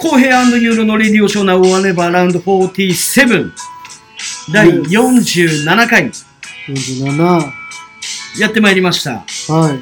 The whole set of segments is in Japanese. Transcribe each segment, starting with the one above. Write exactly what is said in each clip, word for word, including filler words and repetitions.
コーヘイ&ユーロのレディオショーナウワネバーラウンドフォーティーセブンだいよんじゅうななかいよんじゅうななやってまいりました。 はい。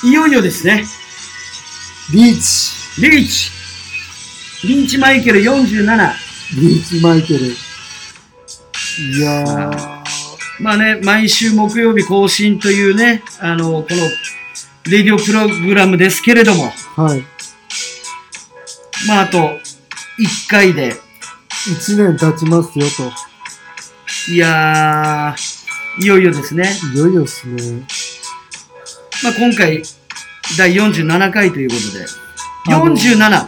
いよいよですね。 リーチ。 リーチ。リーチマイケルよんじゅうなな。 リーチマイケル。いやー。 まあね、毎週木曜日更新というね、あの、この、レディオプログラムですけれども。 はい。 まあ、あと、いっかいで。 いちねん経ちますよと。 いやー、いよいよですね。 いよいよですね。 まあ、今回、だいよんじゅうななかいということで。よんじゅうなな。 はい。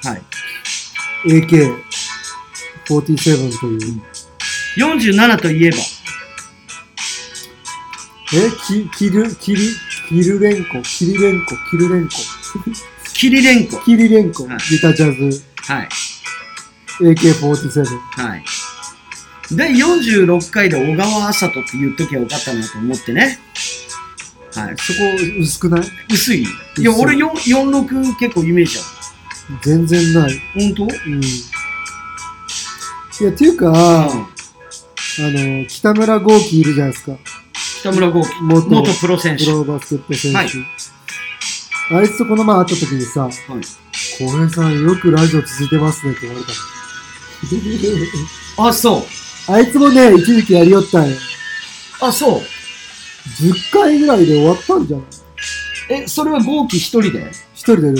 はい。 エーケーフォーティーセブン という。 よんじゅうななといえば。 えき、キル、キリ、キルレンコ、キリレンコ、キルレンコ。 キリレンコ。 キリレンコ、 はい、 ギタージャズ。 はい。 エーケーフォーティーセブン。 はい。だいよんじゅうろっかいで小川麻人って言っときゃよかったなと思ってね。はい。 そこ薄くない？ 薄い？いや、俺よんじゅうろく結構イメージある。 全然ない。 ほんと？うん。 いや、っていうか、うん、あの、北村豪輝いるじゃないですか。 北村豪輝。元, 元プロ選手。 プロバスケット選手。 はい。 あいつとこの前会った時にさ、はい、小平さんよくラジオ続いてますねって言われた。 あ、そう。 あいつもね、一時期やりよったんよ。 あ、そう。 じゅっかいぐらいで終わったんじゃない？ え、それは豪輝一人で？ 一人で出て。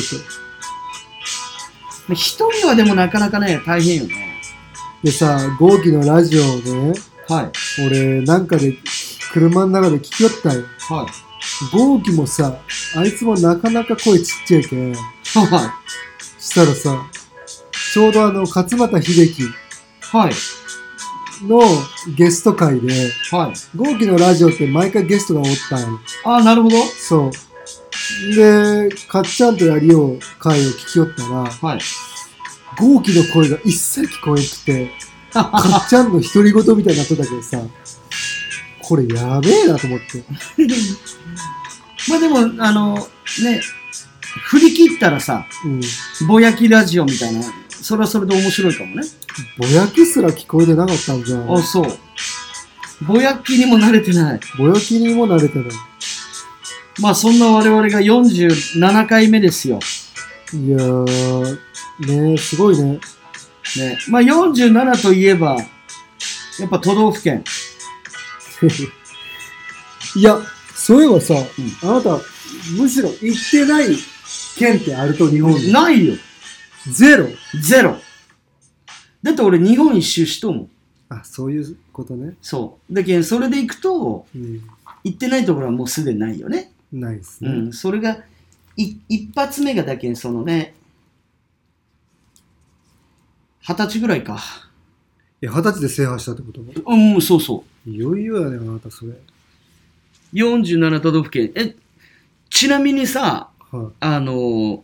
一人はでもなかなかね、大変よね。 でさ、豪輝のラジオをね、 はい。 俺、なんかで、車の中で聞きよったんよ。 はい。 豪輝もさ、あいつもなかなか声ちっちゃいけん。はい。したらさ、ちょうどあの、勝俣秀樹。はい。のゲスト会で、はい。豪輝のラジオって毎回ゲストがおったんよ。 ああ、なるほど。 そう。で、かっちゃんとやりよう会を聞きよったら、はい。豪輝の声が一切聞こえなくて、かっちゃんの独り言みたいになってたけどさ、これやべえなと思って。 まあでも、あの、ね、振り切ったらさ、うん、ぼやきラジオみたいな、それはそれで面白いかもね。 ぼやきすら聞こえてなかったんじゃん。 あ、そう。ぼやきにも慣れてない。 ぼやきにも慣れてない。 まあそんな我々がよんじゅうななかいめですよ。 いやー、ね、すごいね。 ね。まあよんじゅうななといえば、やっぱ都道府県。 いや、そういえばさ、うん、あなた、むしろ行ってない県ってあると日本に。 ないよ。 ゼロゼロ。だって俺日本一周しともん。 あ、そういうことね。 そう。だけどそれで行くと、うん、行ってないところはもうすでにないよね。 ないですね。 うん。それが、い一発目がだけそのね、二十歳ぐらいか。 いや、二十歳で制覇したってことうん、そうそう。 いよいよやね、あなたそれ。 よんじゅうなな都道府県。え、ちなみにさ、はい、あの、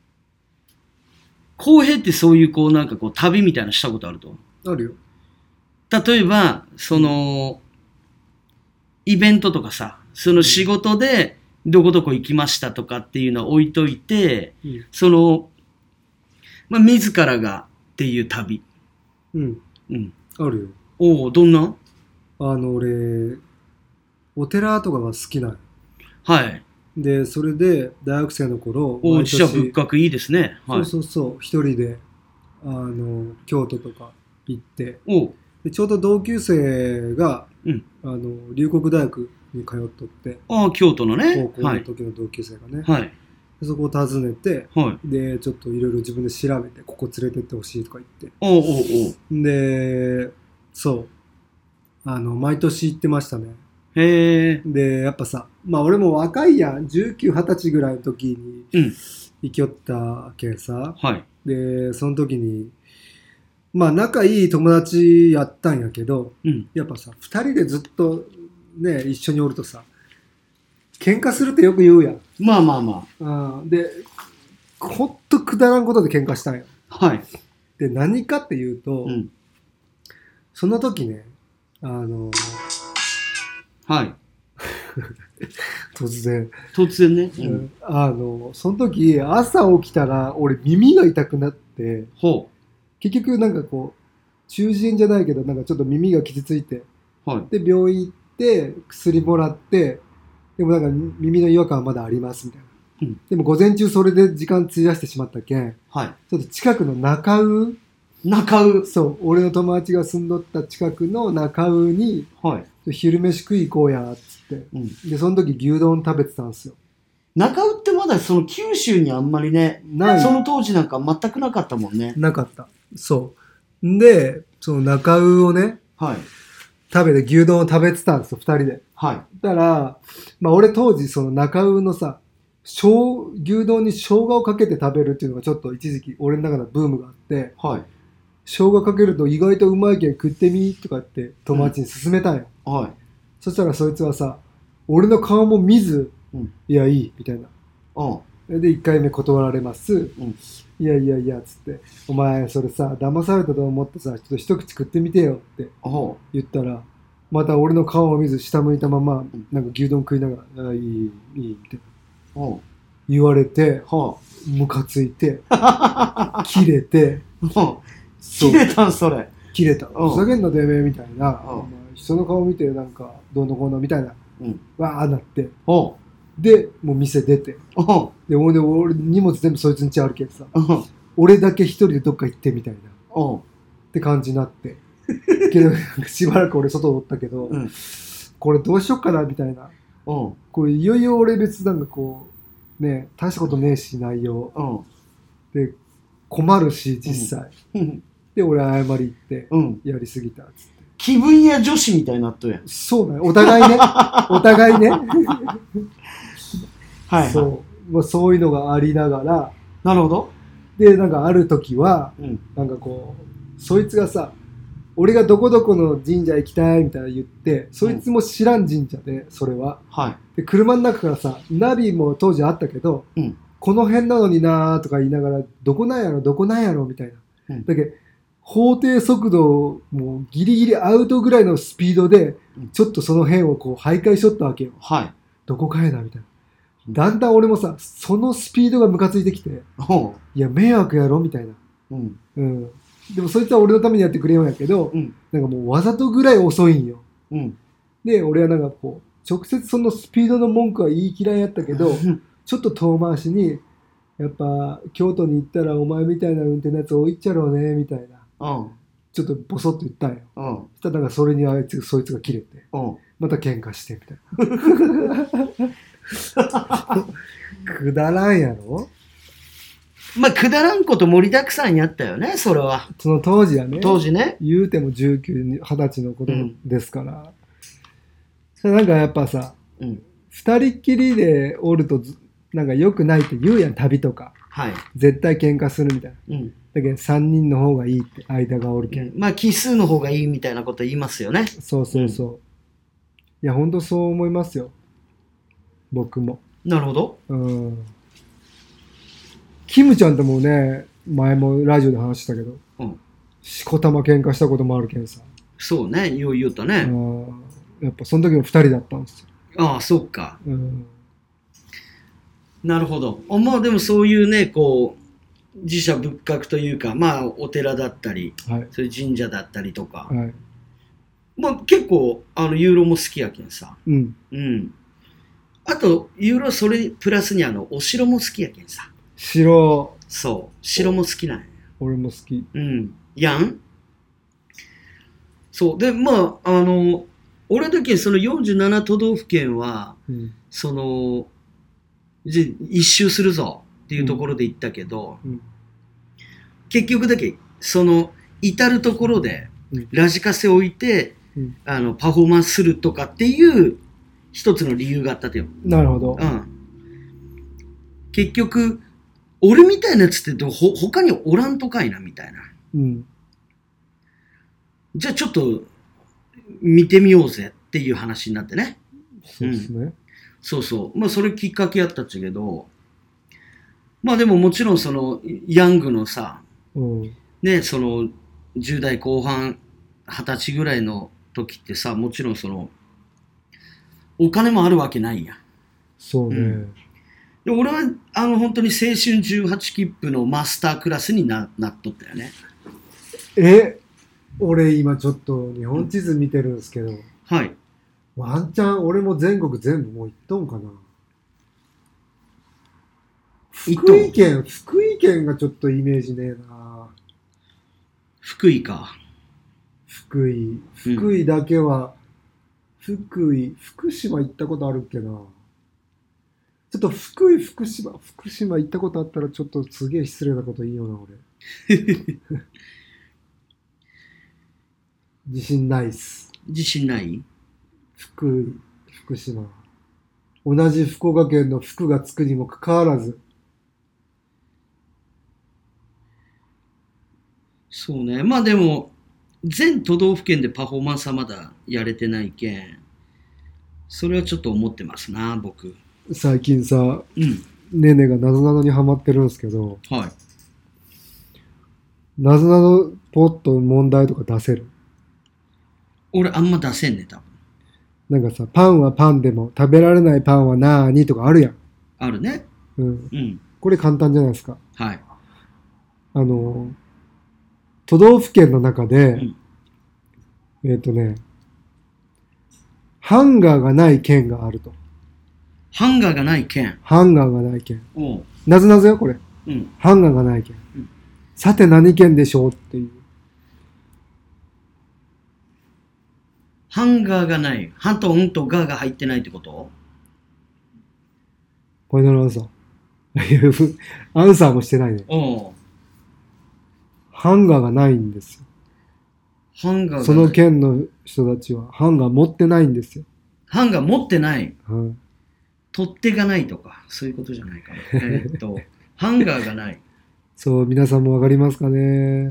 浩平ってそういうこうなんかこう旅みたいなしたことあると？ あるよ。 例えば、その、イベントとかさ、その仕事でどこどこ行きましたとかっていうのを置いといて、うん、その、まあ、自らがっていう旅。 うん。うん。あるよ。 おお、どんな？ あの、俺、お寺とかが好きなの。 はい。 で、それで大学生の頃、 おじゃあ仏閣いいですね。 はい、そうそうそう、一人で、あの、京都とか行って、 おでちょうど同級生が、うん、あの、龍谷大学に通っとって、 ああ、京都のね。 高校の時の同級生がね。 はい。 でそこを訪ねて、はい、で、ちょっといろいろ自分で調べて、ここ連れてってほしいとか言って。 おうおうおう。で、そう。あの、毎年行ってましたね。 へえ。 で、やっぱさ、まあ俺も若いやん。じゅうきゅう、はたちぐらいの時に行きよったけんさ。 はい。 で、その時に、まあ仲いい友達やったんやけど、うん、やっぱさ、二人でずっとね、一緒におるとさ、喧嘩するってよく言うやん。 まあまあまあ。うん、で、ほんとくだらんことで喧嘩したんや。 はい。 で、何かっていうと、うん、その時ね、あの、 はい。 突然。 突然ね。 うん、あの、その時、朝起きたら、俺耳が痛くなって、 ほう。 結局なんかこう、中耳炎じゃないけど、なんかちょっと耳が傷ついて、はい、で、病院行って、薬もらって、でもなんか耳の違和感はまだありますみたいな。うん、でも午前中それで時間費やしてしまったけん、はい、ちょっと近くの中尾中尾そう、俺の友達が住んどった近くの中尾に、はい、昼飯食い行こうや、つって、うん、で、その時牛丼食べてたんですよ。 中尾ってまだその九州にあんまりね、ない。その当時なんか全くなかったもんね。 なかった。そう。で、その中尾をね、はい、食べて牛丼を食べてたんですよ、二人で。はい。だから、まあ俺当時その中尾のさ、牛丼に生姜をかけて食べるっていうのがちょっと一時期俺の中のブームがあって、はい。生姜かけると意外とうまいけん食ってみとかって友達に勧めたんよ。うん、はい。そしたらそいつはさ、俺の顔も見ず、うん、いやいいみたいな。うん。で、一回目断られます。うん。いやいやいや、つって、お前それさ、騙されたと思ってさ、ちょっと一口食ってみてよって言ったら、また俺の顔を見ず下向いたまま、なんか牛丼食いながら、あ、いい、いい、って言われて、ムカついて、切れて、 切れたんそれ。 切れた。ふざけんなてめえみたいな、人の顔見てなんか、どうのこうのみたいな、わーなって、で、もう店出て。で、俺、俺荷物全部そいつん家あるけどさ。俺だけ一人でどっか行ってみたいな。って感じになって。けど、しばらく俺外おったけど、うん、これどうしよっかなみたいな。これいよいよ俺別なんかこう、ね、大したことねえし内容。で、困るし実際。うん、で、俺謝り行って、うん、やりすぎたっつって。 気分屋女子みたいになっとやん。 そうね。お互いね。お互いね。はい、はい、そう、まあ、そういうのがありながら、 なるほど。 で、なんかある時は、うん、なんかこう、そいつがさ、俺がどこどこの神社行きたいみたいな言って、そいつも知らん神社で、それは。はい。で、車の中からさ、ナビも当時あったけど、うん、この辺なのになーとか言いながら、どこなんやろ、どこなんやろみたいな。うん、だけど、法定速度もギリギリアウトぐらいのスピードで、ちょっとその辺をこう徘徊しとったわけよ。はい。どこかやなみたいな。だんだん俺もさ、そのスピードがムカついてきて、いや、迷惑やろみたいな。うん。うん。でもそいつは俺のためにやってくれようんやけど、うん、なんかもうわざとぐらい遅いんよ。うん。で、俺はなんかこう、直接そのスピードの文句は言い嫌いやったけど、ちょっと遠回しに、やっぱ京都に行ったらお前みたいな運転のやつ多いっちゃろうね、みたいな。うん。ちょっとボソッと言ったんよ。うん。そしたらなんかそれにあいつ、そいつが切れて、うん。また喧嘩してみたいな。くだらんやろ。 まあ、くだらんこと盛りだくさんやったよね、それは。 その当時はね。 当時ね。 言うてもじゅうきゅう、はたちのことですから。うん、それなんかやっぱさ、うん、二人っきりでおると、なんか良くないって言うやん、旅とか。はい。絶対喧嘩するみたいな。うん。だけど三人の方がいいって間がおるけん。 うん、まあ、奇数の方がいいみたいなこと言いますよね。 そうそうそう。うん、いや、ほんとそう思いますよ。僕も。 なるほど。 うん。キムちゃんともね、前もラジオで話したけど、うん、しこたま喧嘩したこともあるけんさ。 そうね、よう言うたね。 やっぱその時も二人だったんですよ。 ああ、そっか。うん、なるほど。まあでもそういうね、こう、寺社仏閣というか、まあお寺だったり、はい、そういう神社だったりとか、はい、まあ結構、あの、ユーロも好きやけんさ。うん。うん。あと、ユーロそれプラスにあの、お城も好きやけんさ。 城。 そう。城も好きなんや。 俺も好き。 うん。やんそう。で、まあ、あの、俺だけそのよんじゅうなな都道府県は、うん、その、じ一周するぞっていうところで行ったけど、うんうん、結局だけ、その、至るところで、ラジカセ置いて、うん、あの、パフォーマンスするとかっていう一つの理由があったとよ。 なるほど。 うん。結局、俺みたいなやつってほ他におらんとかいなみたいな。うん。じゃあちょっと見てみようぜっていう話になってね。 そうですね。うん、 そうそう。まあそれきっかけやったっちゃけど、まあでももちろんそのヤングのさ、うん、ね、そのじゅう代後半、はたちぐらいの時ってさ、もちろんそのお金もあるわけないや。 そうね。 うん、で俺はあの本当に青春じゅうはち切符のマスタークラスに な, なっとったよね。 え、俺今ちょっと日本地図見てるんですけど、うん、 はい。 ワンチャン俺も全国全部もう行っとんかな。福井県、福井県がちょっとイメージねえな。 福井か。 福井。福井だけは、うん、福井、福島行ったことあるっけな。ちょっと福井、福島、福島行ったことあったらちょっとすげえ失礼なこと言いような、俺。自信ないっす。 自信ない？ 福井、福島。同じ福岡県の福がつくにもかかわらず。 そうね。まあでも、全都道府県でパフォーマンスはまだやれてないけん、それはちょっと思ってますな、僕。 最近さ、うん、ねねがなぞなぞにハマってるんですけど、 はい。 なぞなぞポッと問題とか出せる？ 俺あんま出せんね、多分。 なんかさ、パンはパンでも食べられないパンはなーにとかあるやん。 あるね。 うん。うん、これ簡単じゃないですか。 はい。 あの、都道府県の中で、うん、えっとね、ハンガーがない県があると。 ハンガーがない県。 ハンガーがない県。 おう。 なぞなぞよ、これ。 うん。 ハンガーがない県。うん、さて何県でしょうっていう。 ハンガーがない。ハンとンとガーが入ってないってこと？ これなるほど。アンサーもしてないね。 おう。 ハンガーがないんですよ。 ハンガーがない。 その県の人たちはハンガー持ってないんですよ。 ハンガー持ってない。 はい。 取っ手がないとか、そういうことじゃないかな。えー、っと、ハンガーがない。 そう、皆さんもわかりますかね。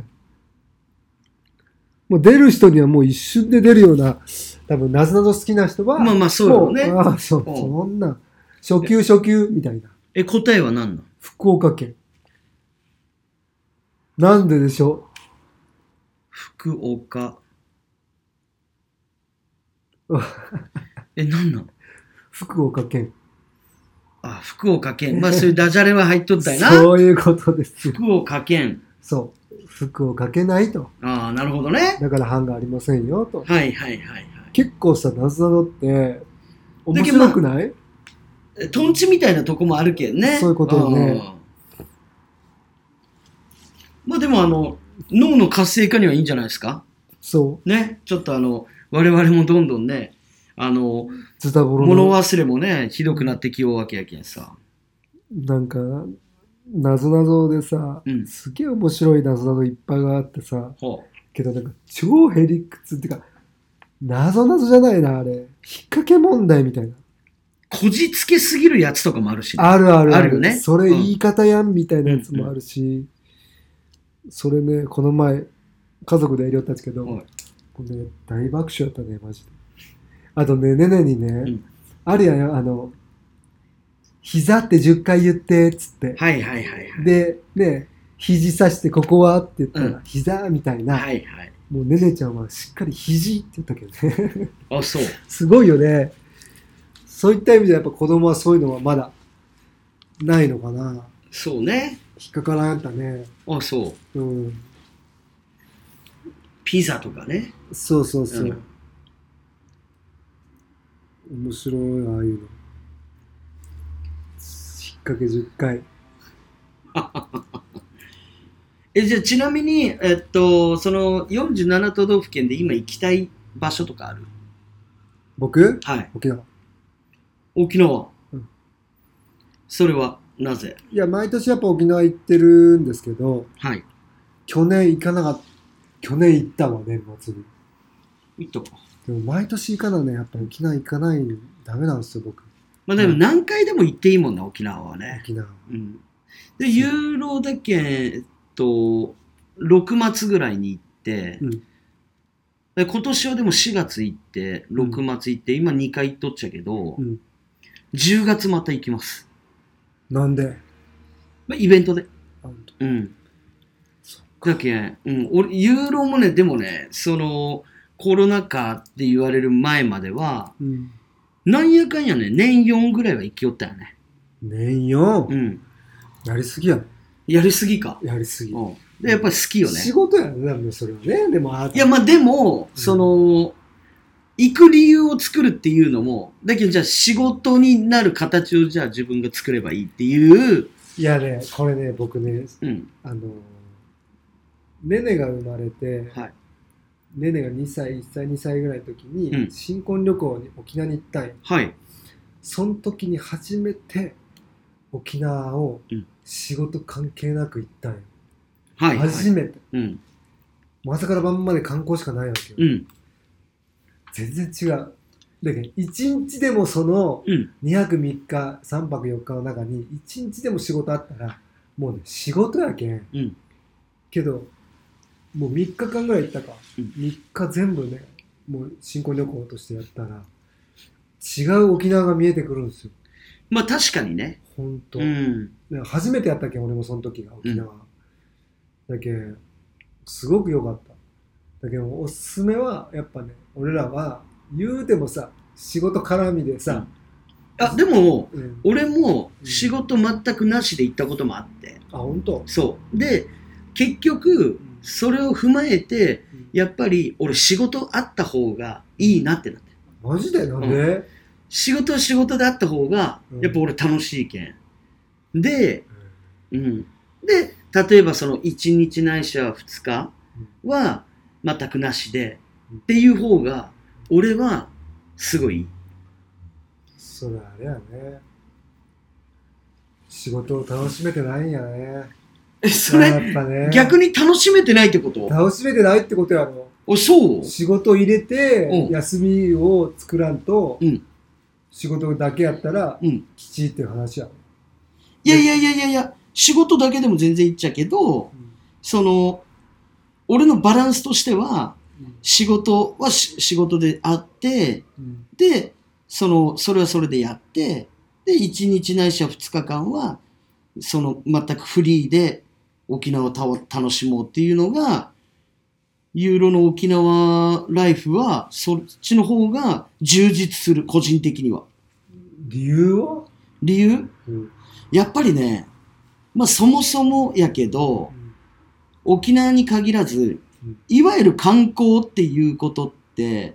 もう出る人にはもう一瞬で出るような、多分なぞなぞ好きな人は、 まあまあそうよね。 ああ、そう、そんな、初級初級みたいな。 え、答えは何なの？ 福岡県。なんででしょう？ 福岡。え、何なの？ 福岡県。 あ、福岡県。まあそういうダジャレは入っとったよな。 そういうことです。 福岡県。 そう。服をかけないと。 ああ、なるほどね。 だから版がありませんよと。 はいはいはいはい。 結構さ、なぞなぞって面白くない？ まあ、トンチみたいなとこもあるけどね。 そういうことよね。 まあでもあの、脳の活性化にはいいんじゃないですか？ そう。 ね。ちょっとあの、我々もどんどんね、あの、 ズタボロの物忘れもね、ひどくなってきようわけやけんさ。 なんか、なぞなぞでさ、うん、すげえ面白いなぞなぞいっぱいがあってさ、けどなんか超へりくつってか、なぞなぞじゃないな、あれ。引っ掛け問題みたいな。 こじつけすぎるやつとかもあるし、 ね。あるあるある。 あるよね。 それ言い方やんみたいなやつもあるし、うんうん、それね、この前、家族でやりよったんですけど、これね、大爆笑やったね、マジで。あとね、ねねにね、うん、あるやん、あの、膝ってじゅっかい言って、つって。 はいはいはい、はい。 で、ね、肘刺してここはって言ったら、うん、膝みたいな。 はいはい。 もうねねちゃんはしっかり肘って言ったけどね。 あ、そう。 すごいよね。そういった意味でやっぱ子供はそういうのはまだないのかな。 そうね。 引っかからんやったね。 あ、そう。うん。ピザとかね。 そうそうそう。うん、面白い、ああいうの。引っ掛けじゅっかい。 え、じゃあちなみに、えっと、そのよんじゅうなな都道府県で今行きたい場所とかある？ 僕？ はい。 沖縄。 沖縄。うん。それはなぜ？ いや、毎年やっぱ沖縄行ってるんですけど、 はい。 去年行かなかった。去年行ったわ、年末に。 行ったか。 でも毎年行かなね、やっぱ沖縄行かないとダメなんですよ、僕。 まあでも何回でも行っていいもんな、沖縄はね。 沖縄。 うん。で、ユーロだけ、えっと、ろくがつぐらいに行って、うん、で今年はでもしがつ行って、ろくがつ行って、うん、今にかい行っとっちゃけど、うん、じゅうがつまた行きます。 なんで？ まあ、イベントで。うん。だけん、うん、俺、ユーロもね、でもね、その、コロナ禍って言われる前までは、うん、 なんやかんやね、年よんぐらいは生きよったよね。 年よん、 うん。 やりすぎやね。 やりすぎか。 やりすぎ。 うん。で、やっぱり好きよね。 仕事やね、でもそれはね。でもあいや、まあでも、 うん、 その、行く理由を作るっていうのも、だけどじゃあ仕事になる形をじゃあ自分が作ればいいっていう。 いやね、これね、僕ね、 うん、 あの、ネネが生まれて、 はい、 ネネがにさい、いっさい、にさいぐらいの時に、 うん、 新婚旅行に沖縄に行ったんよ。 はい。 その時に初めて沖縄を仕事関係なく行ったんよ。はい、初めて。 はい、うん。 もう朝から晩まで観光しかないわけよ。 うん。 全然違う。だけどいちにちでもそのにはくみっか、さんぱくよっかの中にいちにちでも仕事あったらもうね仕事やけん、 うん、 けどもうみっかかんぐらい行ったか、 うん、 みっか全部ねもう新婚旅行としてやったら違う沖縄が見えてくるんですよ。 まあ確かにね。 ほんと、 うん、 初めてやったけん俺もその時が沖縄、うん、だけんすごく良かった。だけどおすすめはやっぱね、俺らは言うてもさ仕事絡みでさ、 うん、あでも、うん、俺も仕事全くなしで行ったこともあって、 うん、あ本当。 そうで結局それを踏まえて、うん、やっぱり俺仕事あった方がいいなってなって。 マジでなんで、うん、 仕事は仕事であった方がやっぱ俺楽しいけん、うん、で、うん、で例えばそのいちにちないしはふつかは全くなしで、うん、っていう方が俺はすごいいい。 それあれやね、仕事を楽しめてないんやね。 えそれ、やっぱね、逆に楽しめてないってこと？ 楽しめてないってことやろ。 おそう仕事入れて休みを作らんと、うん、仕事だけやったら、うん、きちっていう話やろ。 いやいやいやいやいや、仕事だけでも全然いっちゃうけど、うん、その俺のバランスとしては、うん、仕事は仕事であって、うん、でそのそれはそれでやって、でいちにちないしはふつかかんはその全くフリーで沖縄をた楽しもうっていうのが、ユーロの沖縄ライフはそっちの方が充実する。個人的には。 理由は？ 理由、うん、やっぱりね、まあそもそもやけど、うん、沖縄に限らず、うん、いわゆる観光っていうことって、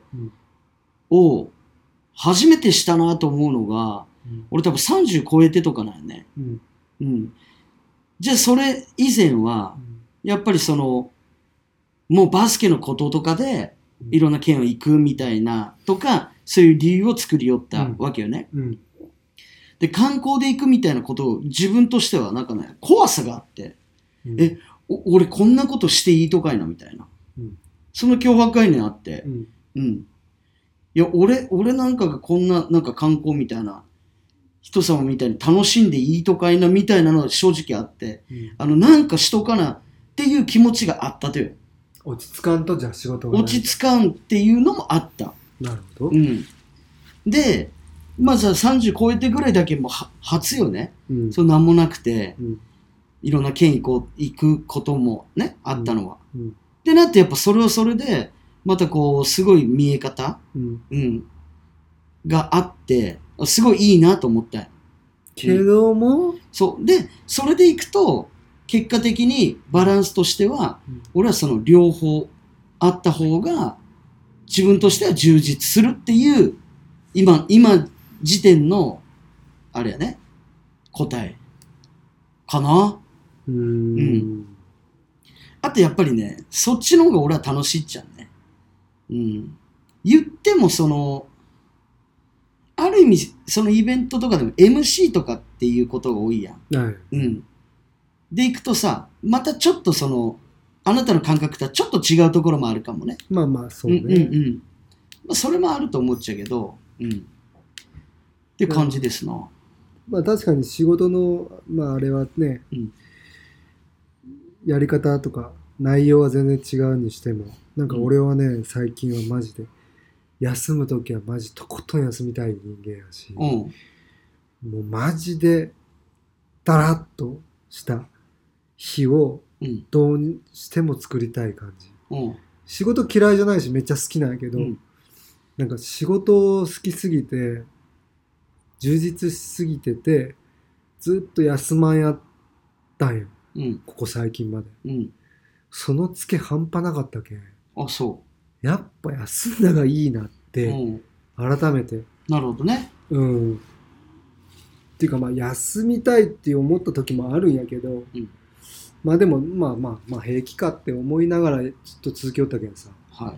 うん、を初めてしたなと思うのが、うん、俺多分さんじゅう超えてとかなんよね。うんうん、じゃあそれ以前は、うん、やっぱりそのもうバスケのこととかでいろんな県を行くみたいなとか、そういう理由を作りよったわけよね、うんうん、で観光で行くみたいなことを自分としてはなんかね怖さがあって、うん、え俺こんなことしていいとかいなみたいな、うん、その脅迫概念あって、うんうん、いや俺俺なんかがこんななんか観光みたいな人様みたいに楽しんでいいとかいなみたいなのが正直あって、うん、あのなんかしとかなっていう気持ちがあったという。 落ち着かんとじゃあ仕事が落ち着かんっていうのもあった。 なるほど。 うん、でまずはさんじゅう超えてぐらいだけもは初よね、うん、そうなんもなくて、うん、いろんな県行こう行くこともねあったのは、うんうん、ってなってやっぱそれはそれでまたこうすごい見え方、うんうん、があってすごいいいなと思った。 けども、 うん、そうでそれでいくと結果的にバランスとしては、うん、俺はその両方あった方が自分としては充実するっていう今今時点のあれやね答えかな。うーん、うん、あとやっぱりねそっちの方が俺は楽しいっちゃうね。うん、言ってもそのある意味そのイベントとかでも エムシー とかっていうことが多いやん、はい、うんで行くとさまたちょっとそのあなたの感覚とはちょっと違うところもあるかもね。 まあまあそうね、うんうんうんまあ、それもあると思っちゃうけど、うん、って感じですな。 まあ確かに仕事のまああれはね、うん、やり方とか内容は全然違うにしてもなんか俺はね、うん、最近はマジで休むときはマジとことん休みたい人間やし、うん、もうマジでダラッとした日をどうしても作りたい感じ、うん、仕事嫌いじゃないしめっちゃ好きなんやけど、うん、なんか仕事好きすぎて充実しすぎててずっと休まんやったんよ、 うん、 ここ最近まで、 うん、 そのツケ半端なかったけん、 あ、そやっぱ休んだがいいなっう、 てうん、 改めて、 なるほどね。 うんっていうかまあ休みたいって思った時もあるんやけど、 うん、 まあでもまあまあまあ平気かって思いながらずっと続けよったけんさ、 はい、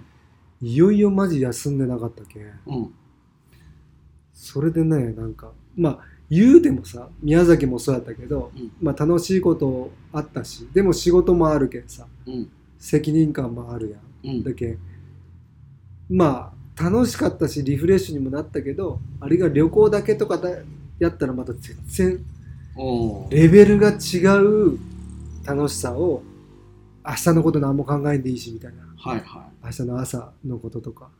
いよいよマジ休んでなかったけん、 うん、 それでね、なんかまあ言うてもさ、宮崎もそうやったけど、 うん、 まあ楽しいことあったし、でも仕事もあるけんさ、 うん、 責任感もあるやん、 うん、 だけんまあ楽しかったしリフレッシュにもなったけど、あれが旅行だけとかだやったらまた全然レベルが違う楽しさを、明日のこと何も考えんでいいしみたいな、 はいはい、 明日の朝のこととか、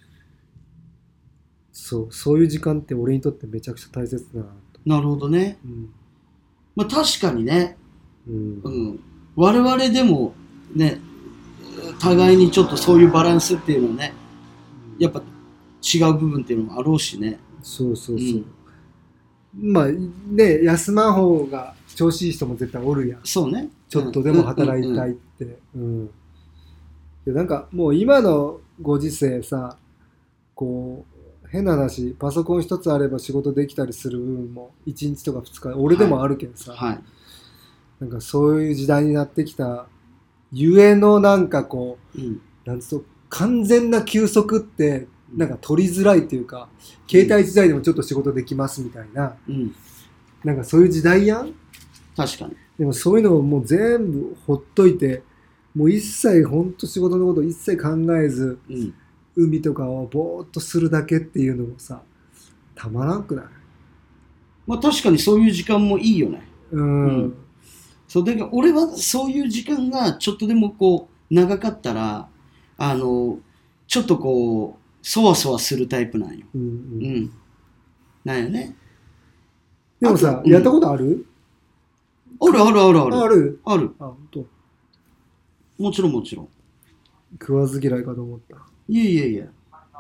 そうそういう時間って俺にとってめちゃくちゃ大切だなと。 なるほどね。 うん、 まあ確かにね、 うんうん、我々でもね、互いにちょっとそういうバランスっていうのはね、やっぱ違う部分っていうのもあろうしね。 そうそうそう、うん、まあね、休まん方が調子いい人も絶対おるやん。 そうね、 ちょっとでも働いたいって、うん、うん、でなんかもう今のご時世さ、こう変な話、パソコン一つあれば仕事できたりする部分もいちにちとかふつか俺でもあるけんさ、 はいはい、 なんかそういう時代になってきたゆえのなんかこう、うん、なんつうと完全な休息ってなんか取りづらいっていうか、携帯時代でもちょっと仕事できますみたいな、うん、なんかそういう時代やん。 確かに。 でもそういうのをもう全部ほっといて、もう一切ほんと仕事のこと一切考えず、うん、海とかをぼーっとするだけっていうのもさ、たまらんくない？ まあ確かにそういう時間もいいよね。 うん、うん、 そうだけど俺はそういう時間がちょっとでもこう長かったら、あのちょっとこうそわそわするタイプなんよ。うん、うんうん、なんよね。 でもさ、やったことある？ あるあるあるある。 あるある。 あ、ほんと。 もちろんもちろん。 食わず嫌いかと思った。 いやいやいや。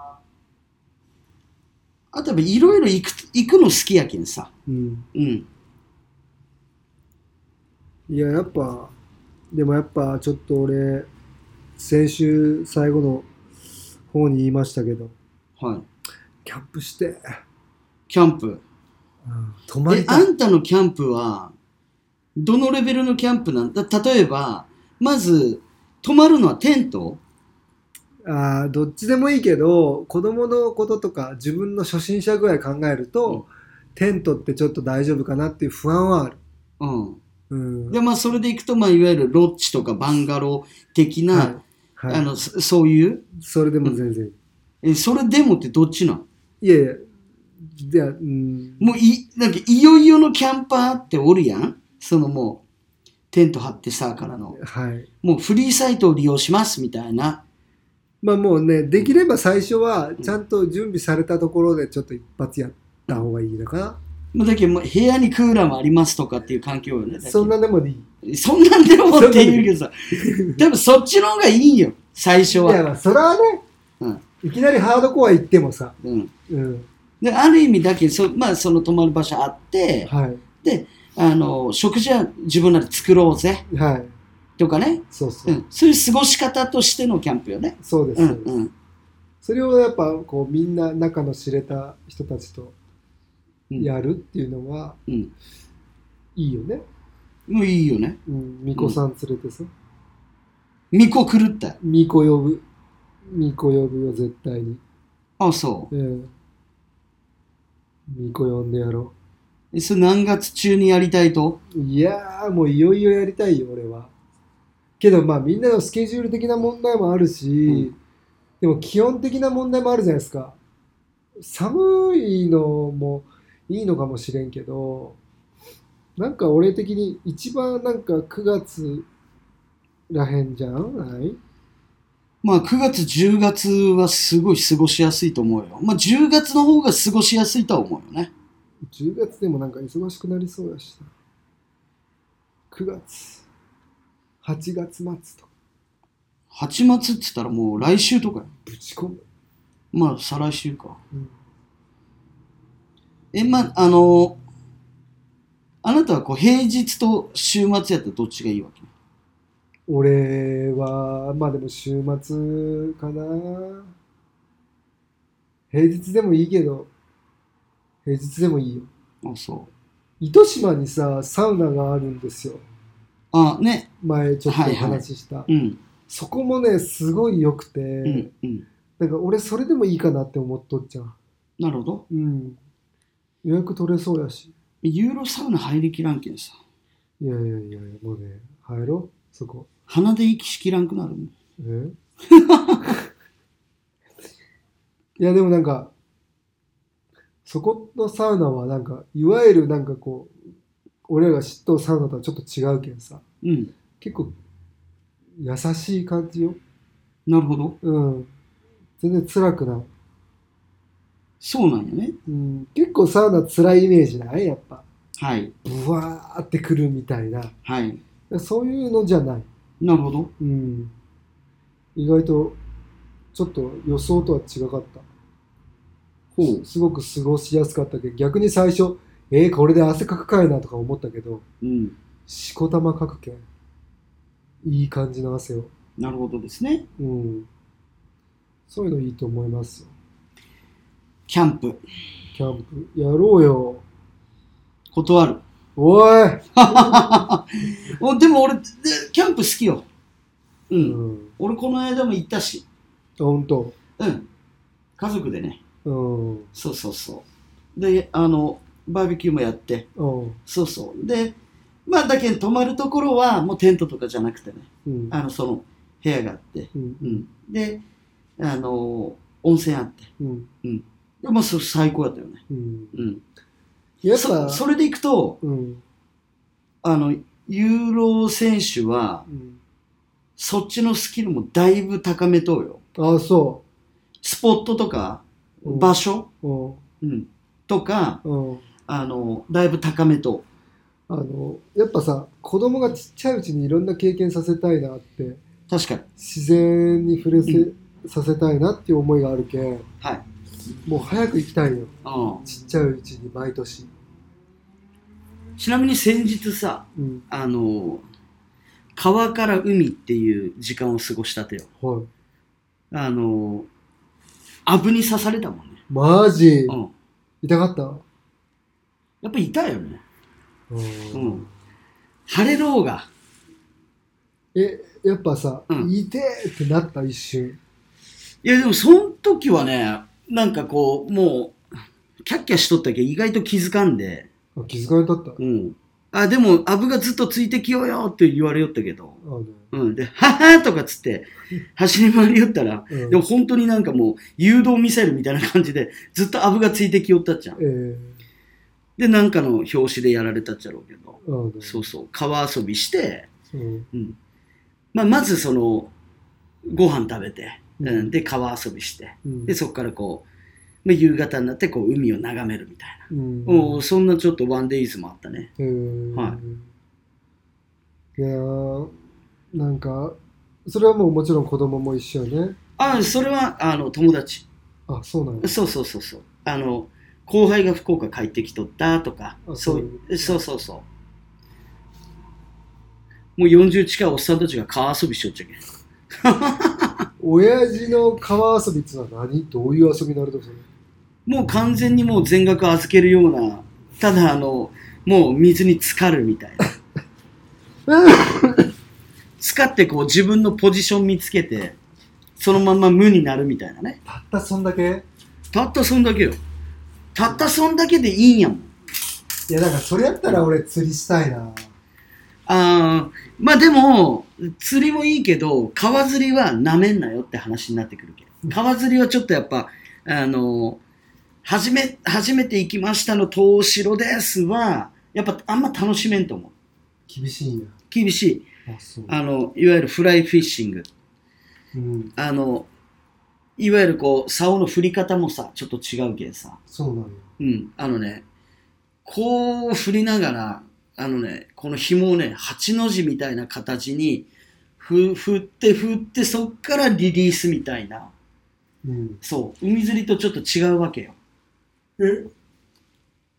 あとやっぱいろいろ行く、行くの好きやけんさ。うん。うん。 いや、やっぱ、でもやっぱちょっと俺、先週最後の方に言いましたけど、はい。キャンプして。 キャンプ。 うん、泊まりたい。 え、あんたのキャンプは、どのレベルのキャンプなんだ？例えば、まず、泊まるのはテント？ ああ、どっちでもいいけど、子供のこととか自分の初心者ぐらい考えると、うん、テントってちょっと大丈夫かなっていう不安はある。 うん。うん、で、まあ、それでいくと、まあ、いわゆるロッジとかバンガロー的な、はいはい、あの、そういう。 それでも全然。 うん、え、それでもってどっちなん？ いやいや、いや、うん。 もうい、なんか、いよいよのキャンパーっておるやん？そのもう、テント張ってさ、からの。はい。もうフリーサイトを利用しますみたいな。 まあもうね、できれば最初はちゃんと準備されたところでちょっと一発やった方がいいのかな。 まあ、だけど部屋にクーラーもありますとかっていう環境よね。 そんなんでもいい。そんなんでもって言うけどさ、多分そっちの方がいいよ、最初は。 いや、まあそれはね、うん、いきなりハードコア行ってもさ、うんうん、である意味だけそ、まあ、その泊まる場所あって、はい、であの食事は自分らで作ろうぜ。はいとかね、そうそう、うん、そういう過ごし方としてのキャンプよね。 そうです、うんうん、それをやっぱこうみんな仲の知れた人たちとやるっていうのは、うん、いいよね。 もういいよね。 うん、巫女さん連れてさ。 巫女狂った。 巫女呼ぶ。巫女呼ぶよ、絶対に。 あ、そう。 ええ。巫女呼んでやろう。え、それ何月中にやりたいと？ いやー、もういよいよやりたいよ、俺は。けどまあみんなのスケジュール的な問題もあるし、うん、でも気温的な問題もあるじゃないですか。寒いのもいいのかもしれんけど、なんか俺的に一番なんかくがつらへんじゃん、はい、 まあくがつじゅうがつはすごい過ごしやすいと思うよ。まあじゅうがつの方が過ごしやすいとは思うよね。 じゅうがつでもなんか忙しくなりそうやしな。くがつはちがつ末とか。 はちがつって言ったらもう来週とかよ。 ぶち込む。 まあ再来週か。うん、 え、ま、あの、あなたはこう平日と週末やったらどっちがいいわけ？ 俺は、まあでも週末かな。平日でもいいけど、平日でもいいよ。 あ、そう。 糸島にさ、サウナがあるんですよ。 あ、ね。 前ちょっとお話しした。 はいはい、うん。 そこもね、すごい良くて、 うんうん、 なんか俺それでもいいかなって思っとっちゃう。 なるほど。 うん。予約取れそうやし。 ユーロサウナ入りきらんけんさ。 いやいやいや、もうね、入ろう、そこ。 鼻で息しきらんくなるもん。 えいやでもなんか、そこのサウナはなんか、いわゆるなんかこう、俺らが知っとるサウナとはちょっと違うけんさ。 うん。 結構、優しい感じよ。 なるほど。 うん。全然辛くない。 そうなんやね。 うん。結構サウナ辛いイメージないやっぱ。 はい。 ブワーってくるみたいな。 はい。 そういうのじゃない。 なるほど。 うん。意外と、ちょっと予想とは違かった。ほう。すごく過ごしやすかったけど、逆に最初、えー、これで汗かくかいなとか思ったけど、 うん。 しこたまかくけん。いい感じの汗を。 なるほどですね。 うん。そういうのいいと思いますよ。 キャンプ。 キャンプ。やろうよ。 断る。 おいでも俺、キャンプ好きよ。うん。うん、俺この間も行ったし。 あ、ほんと？ うん。家族でね。 うん。 そうそうそう。で、あの、バーベキューもやって。 うん。 そうそう。で、まあだけど泊まるところはもうテントとかじゃなくてね。うん、あの、その部屋があって。うん。うん、で、あの、温泉あって。うん。うん。でもそれ最高だったよね。うん。うん。やっぱ そ, それでいくと、うん、あのユーロ選手は、うん、そっちのスキルもだいぶ高めとうよ。 ああ、そう。 スポットとか、うん、場所、うんうん、とか、うん、あのだいぶ高めとう。あのやっぱさ、子供がちっちゃいうちにいろんな経験させたいなって。 確かに自然に触れせ、うん、させたいなっていう思いがあるけん、はい、もう早く行きたいよ。うん、ちっちゃいうちに毎年。 ちなみに先日さ、うん、あの川から海っていう時間を過ごしたてよ。はい。あのアブに刺されたもんね。 マジ？うん。痛かった？ やっぱ痛いよね。うん。腫れろうが。 え、やっぱさ、うん、痛えってなった一瞬。 いやでもその時はね、なんかこうもうキャッキャしとったけど意外と気づかんで。 あ、気づかれとった。 うん。あ、でもアブがずっとついてきようよって言われよったけど。あ、ね、うん。で、ははーとかつって走り回りよったら、うん、でも本当になんかもう誘導ミサイルみたいな感じでずっとアブがついてきよったっちゃん。えー、で、なんかの表紙でやられたっちゃろうけど。ね、そうそう。川遊びして、うん。うん、まあ、まずその、ご飯食べて、うん、で、川遊びして、うん、で、そこからこう、夕方になってこう海を眺めるみたいな、うん、おそんなちょっとワンデイズもあったね。へー、はい。 いやー、なんかそれはもうもちろん子供も一緒ね。 あ、それはあの友達。 あ、そうなんや。そうそうそうそう。あの後輩が福岡帰ってきとったとか、そういう、そうそうそう。もうよんじゅう近いおっさんたちが川遊びしとっちゃけん。 親父の川遊びってのは何？どういう遊びになるとする？ もう完全にもう全額預けるような、ただあのもう水に浸かるみたいな。浸かってこう自分のポジション見つけてそのまま無になるみたいなね。 たったそんだけ？ たったそんだけよ。たったそんだけでいいんやもん。 いやだからそれやったら俺釣りしたいな。 あー、まあでも釣りもいいけど川釣りはなめんなよって話になってくるけど、川釣りはちょっとやっぱあの初め初めて行きましたの東城ですはやっぱあんま楽しめんと思う。 厳しいんや。 厳しい。あ、そう。あのいわゆるフライフィッシング、うん、あのいわゆるこう竿の振り方もさちょっと違うけんさ。 そうなんや。 うん、あのねこう振りながらあのねこの紐をね八の字みたいな形にふ振って振ってそっからリリースみたいな、うん、そう海釣りとちょっと違うわけよ。 え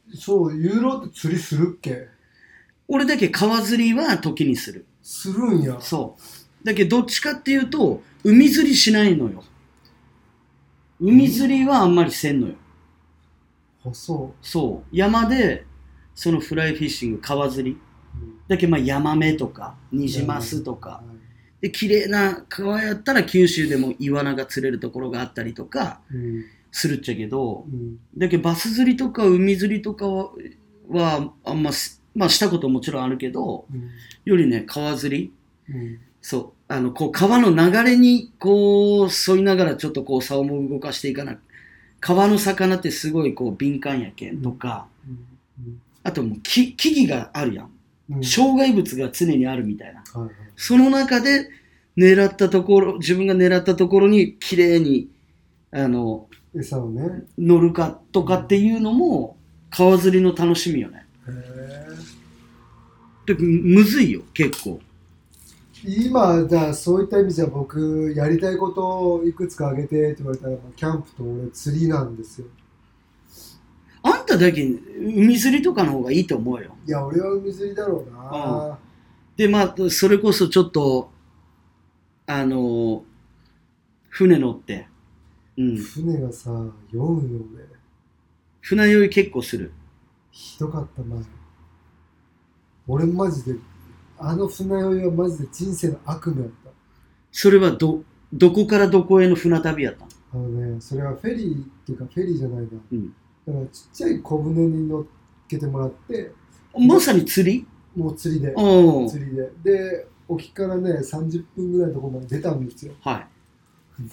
そう、ユーロって釣りするっけ？ 俺だけ川釣りは時にする。 するんや。 そう。だけどどっちかっていうと、海釣りしないのよ。海釣りはあんまりせんのよ。 あ、そう。 そう。山で、そのフライフィッシング、川釣り。だけどまあヤマメとか、ニジマスとか。で、綺麗な川やったら九州でもイワナが釣れるところがあったりとか、するっちゃけど、うん、だけどバス釣りとか海釣りとかは、はあんま、まあしたこともちろんあるけど、うん、よりね、川釣り、うん、そう、あの、こう川の流れにこう沿いながらちょっとこう竿も動かしていかない。川の魚ってすごいこう敏感やけんとか、うんうん、あともう木、木々があるやん。うん、障害物が常にあるみたいな。はいはい、その中で狙ったところ、自分が狙ったところに綺麗に、あの、 餌をね、 乗るかとかっていうのも川釣りの楽しみよね。へー。むずいよ、結構。 今、じゃあそういった意味じゃ僕、やりたいことをいくつか挙げてって言われたら、キャンプと俺釣りなんですよ。 あんただけ海釣りとかの方がいいと思うよ。 いや、俺は海釣りだろうな。 うん、で、まあ、それこそちょっと、あの、船乗って。 うん、船がさ、酔うよね。 船酔い結構する。 ひどかった前。俺マジで、あの船酔いはマジで人生の悪夢やった。それはど、どこからどこへの船旅やったの？ あのね、それはフェリーっていうかフェリーじゃないな。うん、だからちっちゃい小舟に乗っけてもらって。 まさに釣り？ もう釣りで。釣りで。で、沖からね、さんじゅっぷんぐらいのところまで出たんですよ。はい。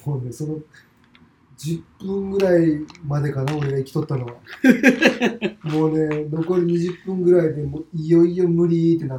もうね、その、じゅっぷんぐらいまでかな、俺が生きとったのは。もうね、残りにじゅっぷんぐらいでもういよいよ無理ってなって、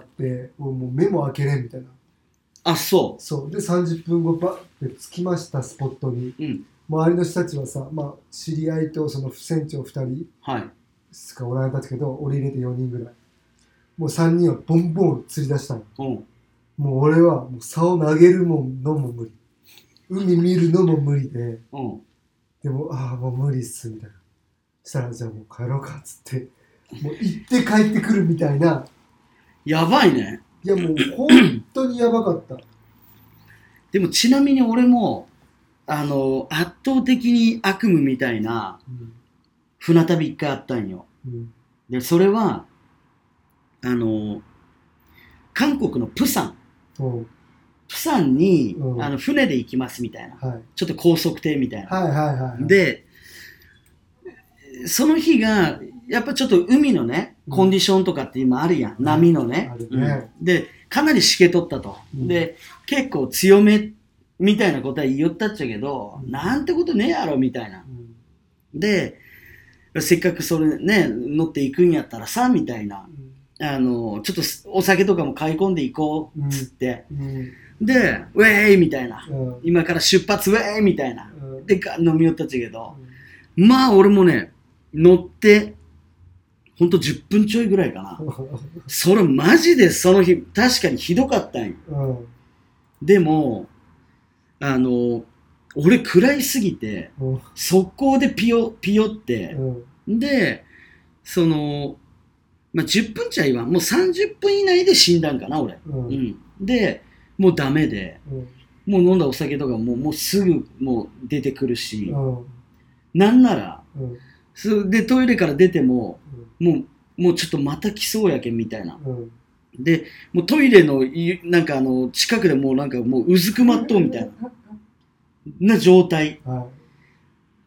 もうもう目も開けれんみたいな。 あ、そう。 そう。で、さんじゅっぷんごバッて着きました、スポットに。うん、周りの人たちはさ、まあ、知り合いとその船長ふたりしかおられたんですけど、俺入れてよにんぐらい。もうさんにんはボンボン釣り出したの。うん、もう俺はもう竿投げるもんのも無理。海見るのも無理で。うんでも、ああ、もう無理っす、みたいな。したら、じゃあもう帰ろうか、っつって、もう行って帰ってくるみたいな。 やばいね。 いや、もう本当にやばかった。 でも、ちなみに俺も、あの、圧倒的に悪夢みたいな、船旅一回あったんよ。うん、で、それは、あの、韓国のプサン。うんプサンに、うん、あの船で行きますみたいな、はい、ちょっと高速艇みたいな、はいはいはいはい、でその日がやっぱちょっと海のね、うん、コンディションとかって今あるやん、波のね、ねうん、でかなりしけとったと、うん、で結構強めみたいなことは言ったっちゃけど、うん、なんてことねえやろみたいな、うん、でせっかくそれね乗っていくんやったらさみたいな、うん、あのちょっとお酒とかも買い込んでいこうっつって、うんうんで、ウェーイみたいな、うん、今から出発ウェーイみたいな、うん、で飲み寄ったっちゃけど、うん、まあ俺もね乗ってほんとじゅっぷんちょいぐらいかなそれマジでその日確かにひどかったんよ、うん、でもあの俺食らいすぎて、うん、速攻でピヨピヨって、うん、でその、まあ、じゅっぷんちゃいはもうさんじゅっぷん以内で死んだんかな俺、うんうん、でもうダメで、うん、もう飲んだお酒とかももうすぐもう出てくるし、うん、なんなら、うん、そでトイレから出ても、うん、もうもうちょっとまた来そうやけんみたいな、うん、でもうトイレのなんかあの近くでもうなんかもううずくまっとうみたいなな状態、 はい、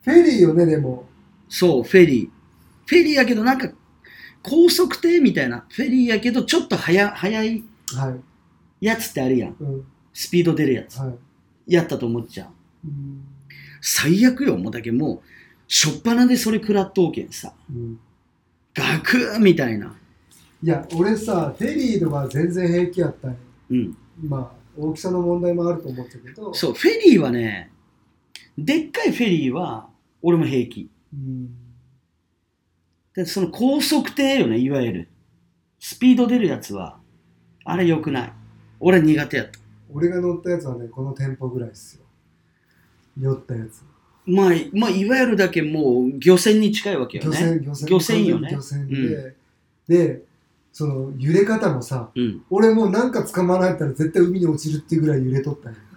フェリーよねでもそうフェリーフェリーやけどなんか高速艇みたいなフェリーやけどちょっと早早い、はいやつってあるやん、うん、スピード出るやつ、はい、やったと思っちゃう、うん、最悪よもうだけもうしょっぱなでそれ食らっとうけんさ、うん、ガクーみたいな。 いや俺さフェリーとか全然平気やったんよ、うん、まあ大きさの問題もあると思ったけどそうフェリーはねでっかいフェリーは俺も平気、うん、でその高速艇よねいわゆるスピード出るやつはあれ良くない俺苦手やった。 俺が乗ったやつはねこのテンポぐらいですよ酔ったやつまあ、まあ、いわゆるだけもう漁船に近いわけよね。 漁船、漁船。 漁船よね。 漁船で、うん、で、その揺れ方もさ、 うん、俺もうなんか捕まられたら絶対海に落ちるっていうぐらい揺れとったんよ。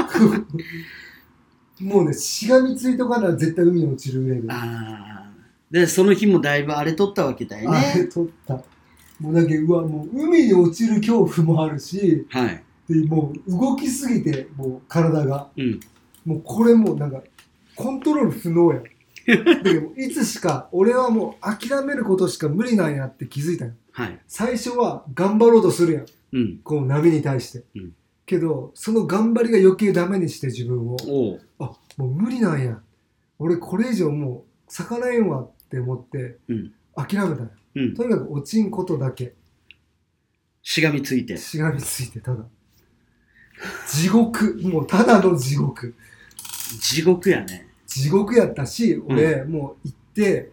もうね、しがみついとかなら絶対海に落ちるレベル。 ああ。で、その日もだいぶ荒れとったわけだよね。 荒れとった。もうだけうわ、もう海に落ちる恐怖もあるし、 はい。 で、もう動きすぎて、もう体が。 うん。 もうこれもうなんか、コントロール不能や。でもいつしか、俺はもう諦めることしか無理なんやって気づいたよ。 はい。 最初は頑張ろうとするやん。 うん。 この波に対して。うん。けど、その頑張りが余計ダメにして自分を。おう。あ、もう無理なんや。俺これ以上もう逆らえんわって思って、うん、諦めたよ。うん。とにかく落ちんことだけ。 しがみついて。 しがみついて、ただ。地獄。もうただの地獄。 地獄やね。 地獄やったし、俺、うん、もう行って、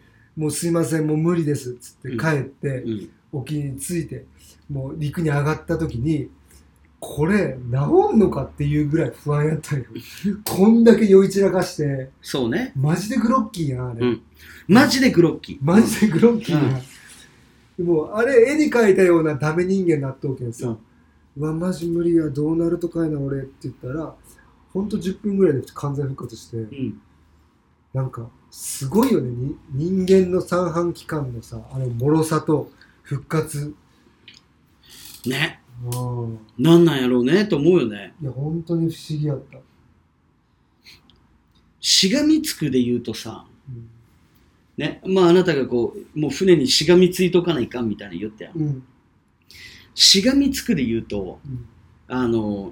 もうすいません、もう無理ですっつって帰って、うん、沖に着いて、もう陸に上がった時に、これ治んのかっていうぐらい不安やったよ。こんだけ酔い散らかして。 そうね。 マジでグロッキーやん、あれ。 うん、マジでグロッキー。 マジでグロッキーやん。うん、もうあれ絵に描いたようなダメ人間になっとうけんさ、うん、うわ、マジ無理や、どうなるとかいな俺って言ったら、ほんとじゅっぷんぐらいで完全復活して、うん、なんかすごいよね、に人間の三半規管のさ、あの脆さと復活ね。なんなんやろうねと思うよね。 いや本当に不思議やった。 しがみつくで言うとさ、うん、ね、まああなたがこうもう船にしがみついとかないかんみたいな言ったやん、うん、しがみつくで言うと、うん、あの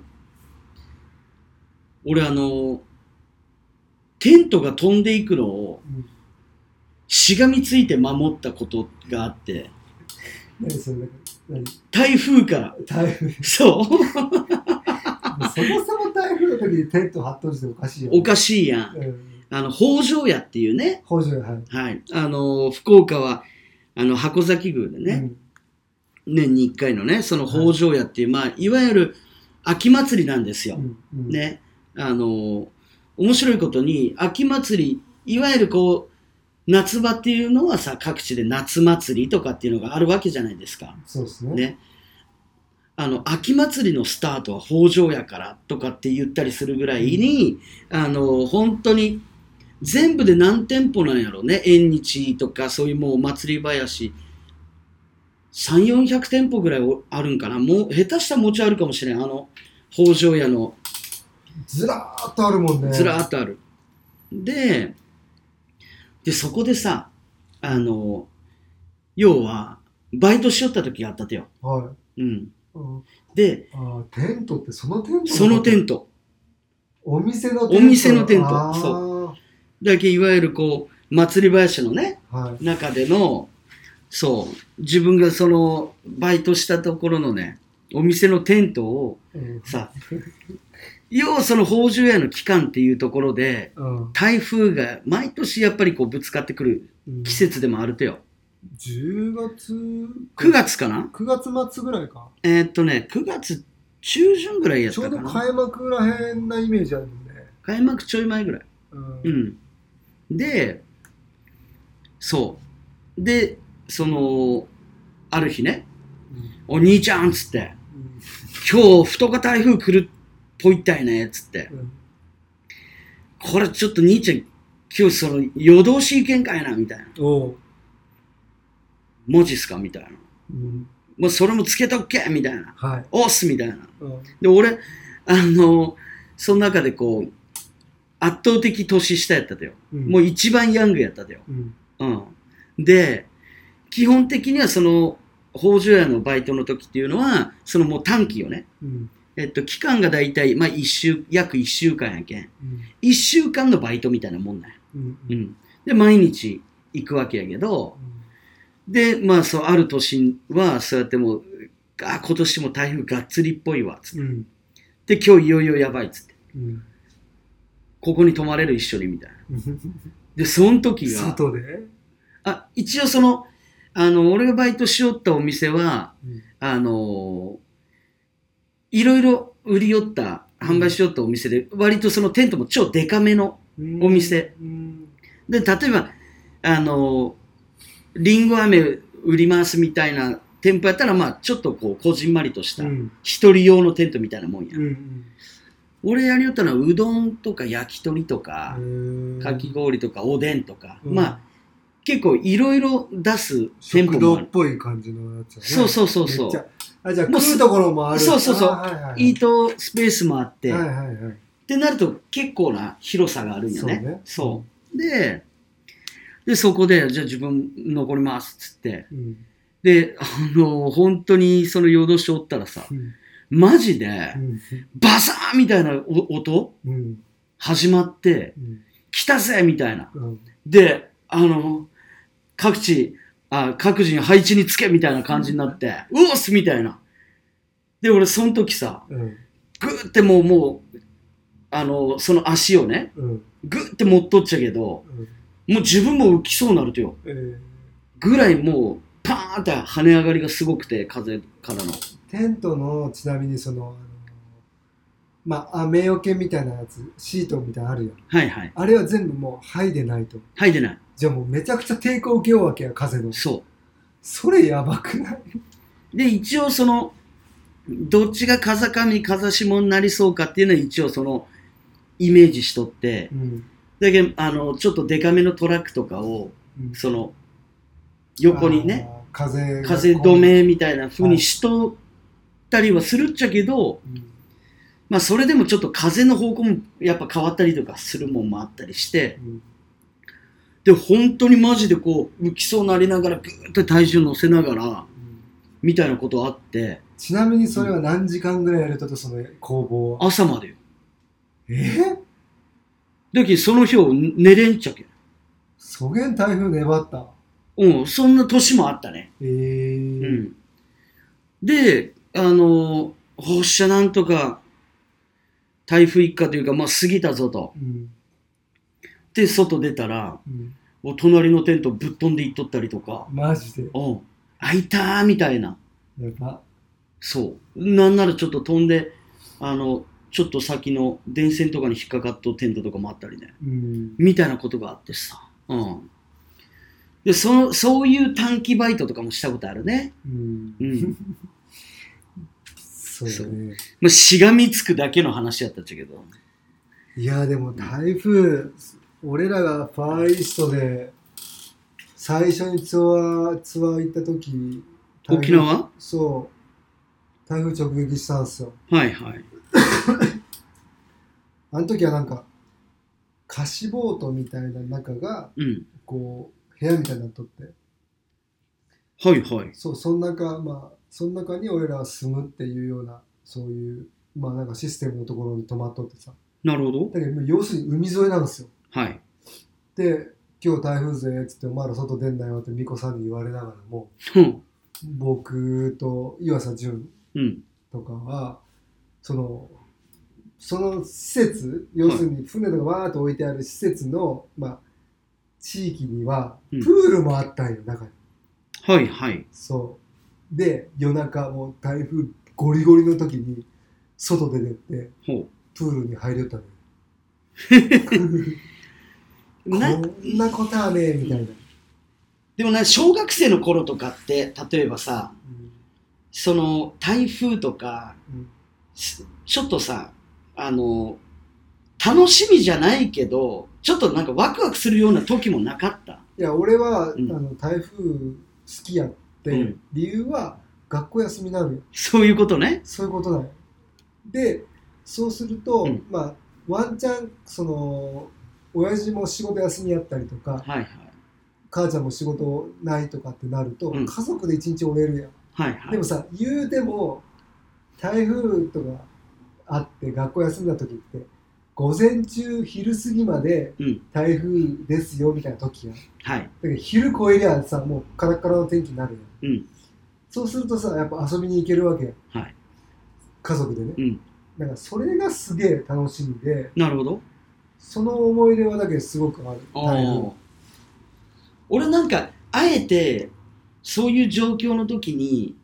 俺あのテントが飛んでいくのを、うん、しがみついて守ったことがあって。 何それ？何？ 台風から。 台風。 そう。そもそも台風の時にテント張っとるしておかしいよ、 ね。おかしいやん。うん、あの北条屋っていうね。 北条屋、はい。 はい。あの福岡はあの箱崎宮でね、うん、年にいっかいのね、その北条屋っていう、はい、まあいわゆる秋祭りなんですよ。うんうん、ね。あの面白いことに秋祭り、いわゆるこう夏場っていうのはさ、各地で夏祭りとかっていうのがあるわけじゃないですか。 そうですね。 ね。あの、秋祭りのスタートは北条屋からとかって言ったりするぐらいに、うん、あの、本当に全部で何店舗なんやろうね。縁日とかそういうもう祭り林。さんびゃく、よんひゃく店舗ぐらいあるんかな。もう、下手したらもうちょいあるかもしれん。あの、北条屋の。 ずらーっとあるもんね。 ずらーっとある。で、で、そこでさ、あの、要は、バイトしよった時があったてよ。 はい。 うん。うん、で、 あ、テントってそのテント？ そのテント。 お店のテント。 お店のテント。そう。だけいわゆるこう、祭り林のね、はい、中での、そう、自分がその、バイトしたところのね、お店のテントを、うん、さ、要はその北条屋の期間っていうところで、うん、台風が毎年やっぱりこうぶつかってくる季節でもあるとよ。 うん、じゅうがつくがつかな ? く 月末ぐらいか。 えー、っとね、くがつ中旬ぐらいやったかな。 ちょうど開幕らへんなイメージあるもんね。 開幕ちょい前ぐらい。うん。うん、で、そう。で、その、ある日ね、うん、お兄ちゃんっつって、うん、今日、太か台風来るぽいったいねっつって、うん、これちょっと兄ちゃん今日その夜通し行けんかいなみたいな。おマジっすかみたいな、うん、もうそれもつけとっけみたいな、はい、おっすみたいな、うん、で俺あのその中でこう圧倒的年下やったとよ、うん、もう一番ヤングやったとよ、うんうん、で基本的にはその北条屋のバイトの時っていうのはそのもう短期よね、うんえっと、期間がだいたい、まあ、一週約いっしゅうかんやけん、うん、いっしゅうかんのバイトみたいなもんなんや、うんうん、で毎日行くわけやけど、うん、でまあそうある年はそうやってもうあ今年も台風がっつりっぽいわつって、うん、で今日いよいよやばいっつって、うん、ここに泊まれる一緒にみたいなでその時が外であ一応そのあの俺がバイトしよったお店は、うん、あのいろいろ売り寄った販売しよったお店で、割とそのテントも超デカめのお店。で、例えば、あの、リンゴ飴売りますみたいな店舗やったら、まあ、ちょっとこう、こじんまりとした、一人用のテントみたいなもんや。うんうん、俺やりよったのは、うどんとか焼き鳥とか、かき氷とかおでんとか、うん、まあ、結構いろいろ出す店舗もある。 食堂っぽい感じのやつ、ね、 そうそうそうそう。 あ、じゃあ食うところもある。 そうそうそう。はいはいはい、イートスペースもあって、はいはいはい、ってなると結構な広さがあるんよね。そうね。そう。で、で、そこで、じゃあ自分残りますっつって、うん、で、あの、本当にその夜通しおったらさ、うん、マジで、うん、バサーみたいな音、うん、始まって、うん、来たぜみたいな。うん、で、あの、各地、あ各人配置につけみたいな感じになって、うん、うおっすみたいな。で、俺その時さ、うん、グーってもう、もう、あの、その足をね、うん、グーって持っとっちゃけど、うん、もう自分も浮きそうになるとよ。えー、ぐらいもう、パーンって跳ね上がりがすごくて、風からの。 テントの、ちなみにその、あのまあ、雨よけみたいなやつ、シートみたいなのあるよ。はいはい。あれは全部もう、剥いでないと。 剥いでない。 じゃあもうめちゃくちゃ抵抗を受けようわけや、風の。そう。それやばくない？ で、一応その、どっちが風上、風下になりそうかっていうのは一応その、イメージしとって、うん、だけど、あの、ちょっとデカめのトラックとかを、うん、その、横にね、風、風止めみたいな風にしとったりはするっちゃけど、うん、まあそれでもちょっと風の方向もやっぱ変わったりとかするもんもあったりして、うん、で、本当にマジでこう、浮きそうなりながら、ぐーっと体重乗せながら、うん、みたいなことあって。 ちなみにそれは何時間ぐらいやると、その工房は？ 朝までよ。 えー、 だけどその日を寝れんちゃけ。 そげん台風粘った。 うん、そんな年もあったね。へえー。うん。で、あの、ほっしゃなんとか、台風一過というか、まあ過ぎたぞと。うん、で、外出たら、うん、お隣のテントぶっ飛んでいっとったりとか。 マジで？ うん。開いたーみたいな。やば。そう。なんならちょっと飛んで、あの、ちょっと先の電線とかに引っかかっとテントとかもあったりね。うん、みたいなことがあってさ。うん。で、その、そういう短期バイトとかもしたことあるね。うん。うん。そうね。そう。まあ、しがみつくだけの話やったっちゃけど。 いや、でも台風、俺らがファーイーストで最初にツアー、ツアー行った時、 沖縄？ そう。台風直撃したんですよ。 はいはい。 あの時はなんか、貸しボートみたいな中が、うん、こう、部屋みたいになっとって。 はいはい。 そう、その中、まあ、その中に俺らは住むっていうような、そういう、まあなんかシステムのところに泊まっとってさ。 なるほど。 だけど、要するに海沿いなんですよ。はい。で、今日台風ぜっつって、お前ら外出んなよって巫女さんに言われながらも、うん、僕と岩佐純とかは、うん、その、その施設、要するに船とかわーっと置いてある施設の、まあ、地域には、プールもあったんよ、中に。 はいはい。 そう。で、夜中、もう台風ゴリゴリの時に、外で出て、プールに入りよったのよ。こんなことはねえ、みたいな。 でもね、小学生の頃とかって、例えばさ、うん、その、台風とか、うん、ちょっとさ、あの、楽しみじゃないけど、ちょっとなんかワクワクするような時もなかった？ いや、俺は、うん、あの台風好きやって、うん、理由は学校休みになるよ。 そういうことね。 そういうことだよ。で、そうすると、うん、まあ、ワンチャン、その、親父も仕事休みやったりとか、はいはい、母ちゃんも仕事ないとかってなると、うん、家族で一日終えるやん。はいはい、でもさ、言うても、台風とかあって学校休んだ時って午前中昼過ぎまで台風ですよみたいな時や、うん、はい、だけど昼越えりゃさもうカラッカラの天気になるやん、うん、そうするとさやっぱ遊びに行けるわけやん、はい、家族でね、うん、だからそれがすげえ楽しみで、 なるほど、 その思い出はだけですごくある。あ、 俺なんかあえてそういう状況の時に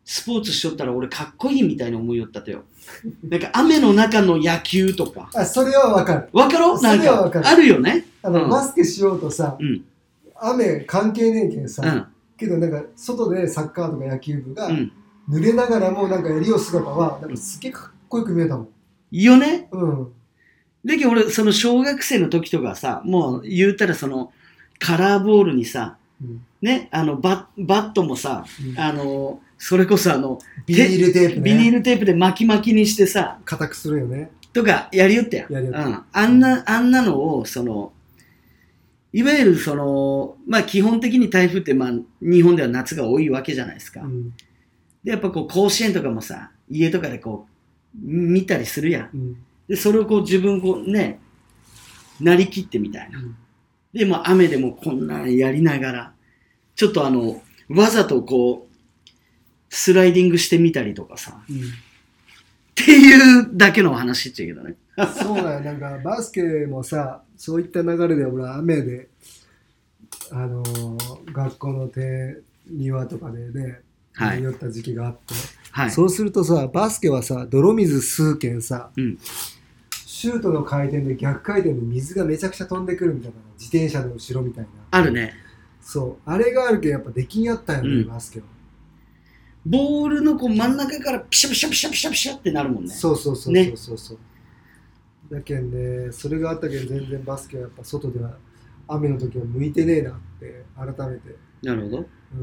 スポーツしとったら俺かっこいいみたいに思いよったとよ。なんか雨の中の野球とか。 あ、それはわかる。 わかろ？なんかあるよね。 あの、うん、バスケしようとさ、 うん、 雨関係ねえけんさ、うん、けどなんか外でサッカーとか野球部が濡れながらもなんかやりよう姿はなんかすげえかっこよく見えたもん。 いいよね。 うん。 だけど俺その小学生の時とかさ、もう言うたらそのカラーボールにさ、うん、ね、あのババットもさ、うん、あのそれこそあのビニールテープね、 ビニールテープで巻き巻きにしてさ、 硬くするよね。 とかやりよったよ。 やりよった。 うん。あんなあんなのをそのいわゆるそのまあ基本的に台風ってまあ日本では夏が多いわけじゃないですか。うん、でやっぱこう甲子園とかもさ家とかでこう見たりするやん。うん、でそれをこう自分こうねなりきってみたいな。うん、でもう雨でもこんなやりながらちょっとあのわざとこうスライディングしてみたりとかさ、うん、っていうだけの話っちゃうけどね。 そうだよ。なんかバスケもさ、そういった流れで俺は雨であのー、学校の手庭とかでねやりよった時期があって、はい、そうするとさバスケはさ泥水数軒さ、うん、シュートの回転で逆回転で水がめちゃくちゃ飛んでくるみたいな、自転車の後ろみたいな。 あるね。 そう、あれがあるけどやっぱできんやったよね、うん、バスケは。 ボールのこう真ん中からピシャピシャピシャピシャピシャってなるもんね。 そうそうそうそうそうそう、ね、だけんね、それがあったけど全然バスケはやっぱ外では雨の時は向いてねえなって改めて。 なるほど。 うん、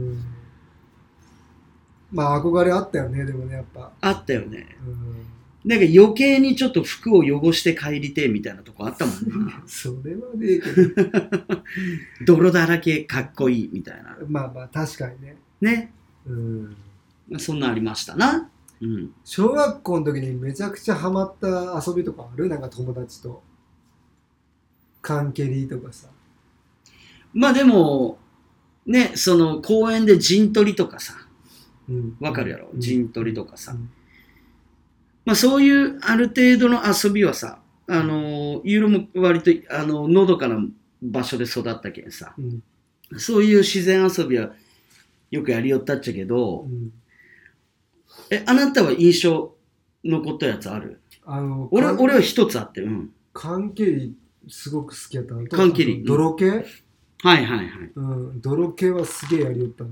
まあ憧れあったよね。でもねやっぱあったよね。うん、なんか余計にちょっと服を汚して帰りてみたいなとこあったもんね。 それはねえけど泥だらけかっこいいみたいな。 まあまあ確かにね。 ね。 うん。 そんなありましたな。うん。 小学校の時にめちゃくちゃハマった遊びとかある？なんか友達と。缶蹴りとかさ。 まあでも、ね、その公園で陣取りとかさ。うん。わかるやろ、うん、陣取りとかさ。うん、まあそういうある程度の遊びはさ、あの、ユーロも割とあののどかな場所で育ったけんさ、うん、そういう自然遊びはよくやりよったっちゃけど、うん、え、あなたは印象残ったやつある？ あの俺、俺は一つあって、うん。 缶蹴りすごく好きやったのと、 缶蹴り。 泥系、うん、 はいはいはい。 うん、泥系はすげえやりよったね。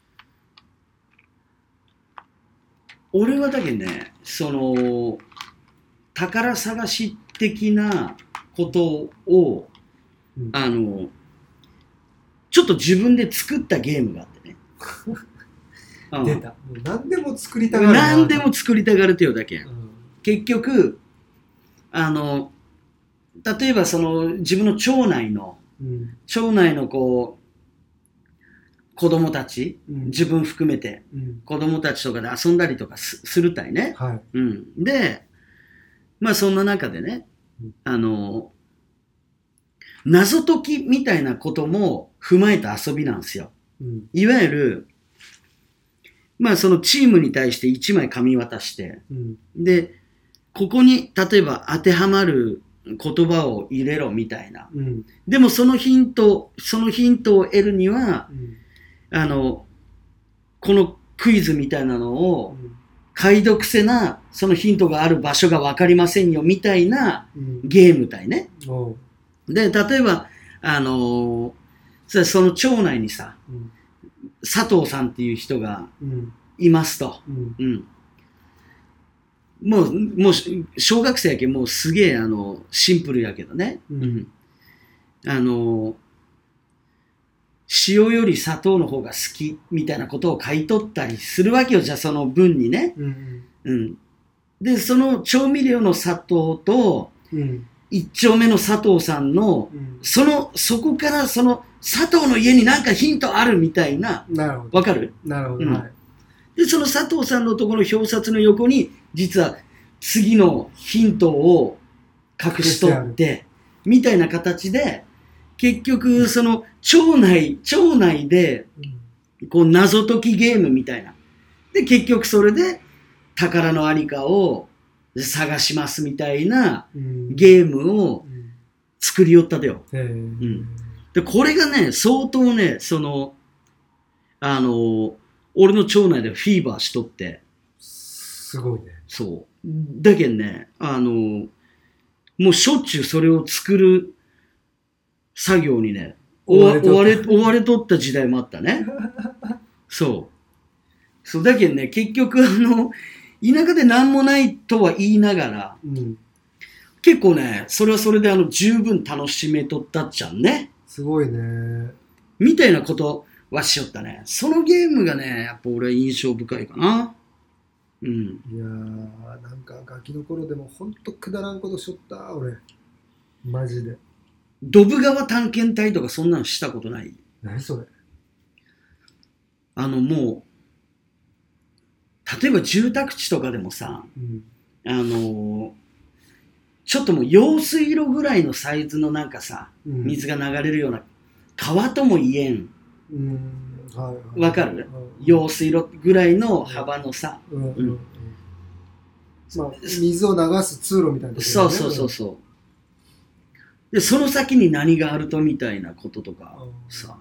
俺はだけね、その、宝探し的なことを、うん、あの、ちょっと自分で作ったゲームがあってね。 出た。もう何でも作りたがるな。 何でも作りたがるてよだけ、うん。結局、あの、例えばその自分の町内の、うん、町内のこう、子供たち、うん、自分含めて、うん、子供たちとかで遊んだりとか す, するたいね、はい、うん。で、まあそんな中でね、うん、あの、謎解きみたいなことも踏まえた遊びなんですよ。うん、いわゆる、まあそのチームに対していちまい紙渡して、うん、で、ここに例えば当てはまる言葉を入れろみたいな。うん、でもそのヒント、そのヒントを得るには、うん、あの、このクイズみたいなのを、解読せな、そのヒントがある場所がわかりませんよみたいなゲームたいね。うん、で、例えば、あのー、その町内にさ、うん、佐藤さんっていう人がいますと。うんうん、もう、もう、小学生やけん、もうすげえ、あの、シンプルやけどね。うん、あの、塩より砂糖の方が好きみたいなことを書いとったりするわけよ、じゃあその文にね。うんうん、で、その調味料の砂糖と、一丁目の佐藤さんの、うん、その、そこからその佐藤の家になんかヒントあるみたいな。 なるほど。 わかる？ なるほど、うん、はい。 で、その佐藤さんのところの表札の横に、実は次のヒントを隠しとって、みたいな形で、結局、その、町内、町内で、こう、謎解きゲームみたいな。で、結局それで、宝のありかを探しますみたいなゲームを作りよったでよ。うん、で、これがね、相当ね、その、あの、 俺の町内でフィーバーしとって。 すごいね。 そう。だけんね、あの、もうしょっちゅうそれを作る作業にね、追わ追われ、追われとった時代もあったね。そう。そう、だけどね、結局あの、田舎で何もないとは言いながら、うん、結構ね、それはそれであの、十分楽しめとったっちゃんね。 すごいね。 みたいなことはしよったね。そのゲームがね、やっぱ俺は印象深いかな。うん。いやー、なんかガキの頃でもほんとくだらんことしよった、俺。マジで。 ドブ川探検隊とかそんなのしたことない？ 何それ？ あのもう、例えば住宅地とかでもさ、うん、あの、ちょっともう用水路ぐらいのサイズのなんかさ、うん、水が流れるような川とも言えん。うん、はいはい、わかる、はい、用水路ぐらいの幅のさ、うんうんうん、 まあ、水を流す通路みたいなところ、ね、 そうそうそうそう。で、その先に何があるとみたいなこととかさ、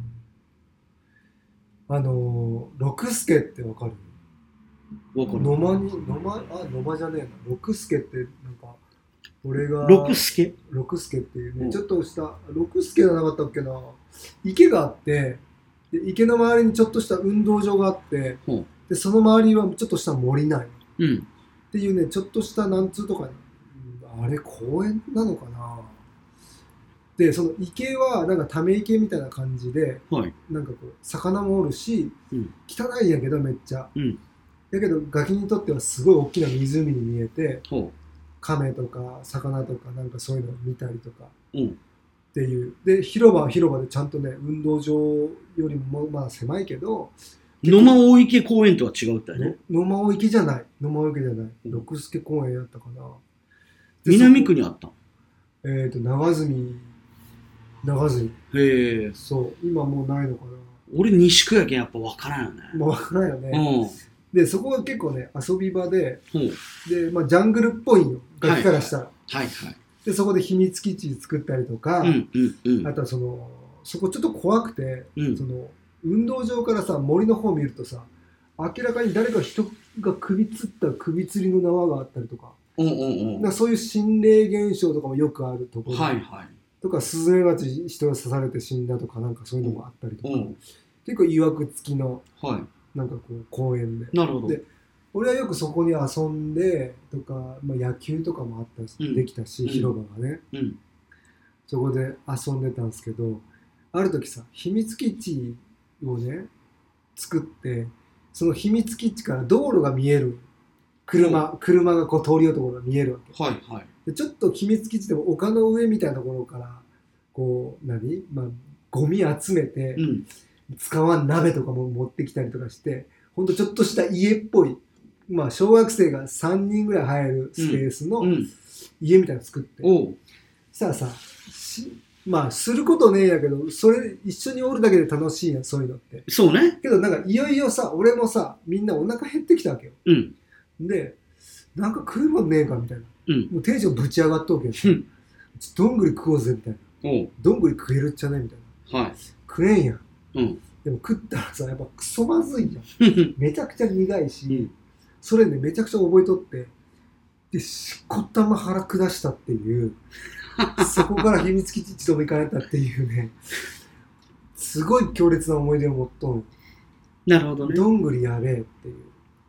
うん、あのー、六助ってわかる？わかる。野間に野間あ野間じゃねえな。六助ってなんか俺が六助六助っていうね、うん、ちょっとした六助じゃなかったっけな、池があって、で池の周りにちょっとした運動場があって、うん、でその周りはちょっとした森ない、うん、っていうね、ちょっとしたなんつうとか、ね、あれ公園なのかな。でその池はなんかため池みたいな感じで、はい、なんかこう魚もおるし、うん、汚いんやけどめっちゃ、うん、だけどガキにとってはすごい大きな湖に見えて、亀とか魚とかなんかそういうのを見たりとか、うん、っていうで広場は広場でちゃんとね運動場よりもまあ狭いけど、 野間大池公園とは違うったよね。 野間大池じゃない野間大池じゃない、うん、六助公園やったかな。 南区にあった。 えっ、ー、と長住長住。へえ。そう今もうないのかな。 俺西区やけんやっぱ分からんよね。 もう分からんよね。うん、でそこが結構ね遊び場で、うん、でまあジャングルっぽいよガキからしたら。はいはい。はいはい、でそこで秘密基地作ったりとか、うんうんうん、あとはそのそこちょっと怖くて、うん、その運動場からさ森の方見るとさ明らかに誰か人が首つった首吊りの縄があったりとか、うんうんうん、だからそういう心霊現象とかもよくあるところ。はいはい。とかスズメバチ人が刺されて死んだとかなんかそういうのもあったりとか、うん、結構曰く付きの、はい、なんかこう公園で。なるほど。で俺はよくそこに遊んでとか、まあ、野球とかもあったし、うん、できたし、広場がね、うん、そこで遊んでたんですけど、ある時さ秘密基地をね作って、その秘密基地から道路が見える車、うん、車がこう通りようところが見えるわけ。はいはい。でちょっと秘密基地でも丘の上みたいなところからこう何、まあ、ゴミ集めて、うん、使わん鍋とかも持ってきたりとかして、ほんとちょっとした家っぽい、まあ小学生がさんにんぐらい入るスペースの家みたいなの作って、うん、さあさまあすることねえやけど、それ一緒におるだけで楽しいやん、そういうのって。そうね。けどなんかいよいよさ俺もさみんなお腹減ってきたわけよ、うん、でなんか食うもんねえかみたいな、うん、もうテンションぶち上がっとうけど、うん、どんぐり食おうぜみたいな、どんぐり食えるっちゃねみたいな、はい、食えんやん、うん、でも食ったらさやっぱクソまずいじゃんめちゃくちゃ苦いし、うん、それねめちゃくちゃ覚えとって、でしっこったま腹下したっていうそこから秘密基地一度も行かれたっていうねすごい強烈な思い出を持っとん。なるほどね。どんぐりやべえっていう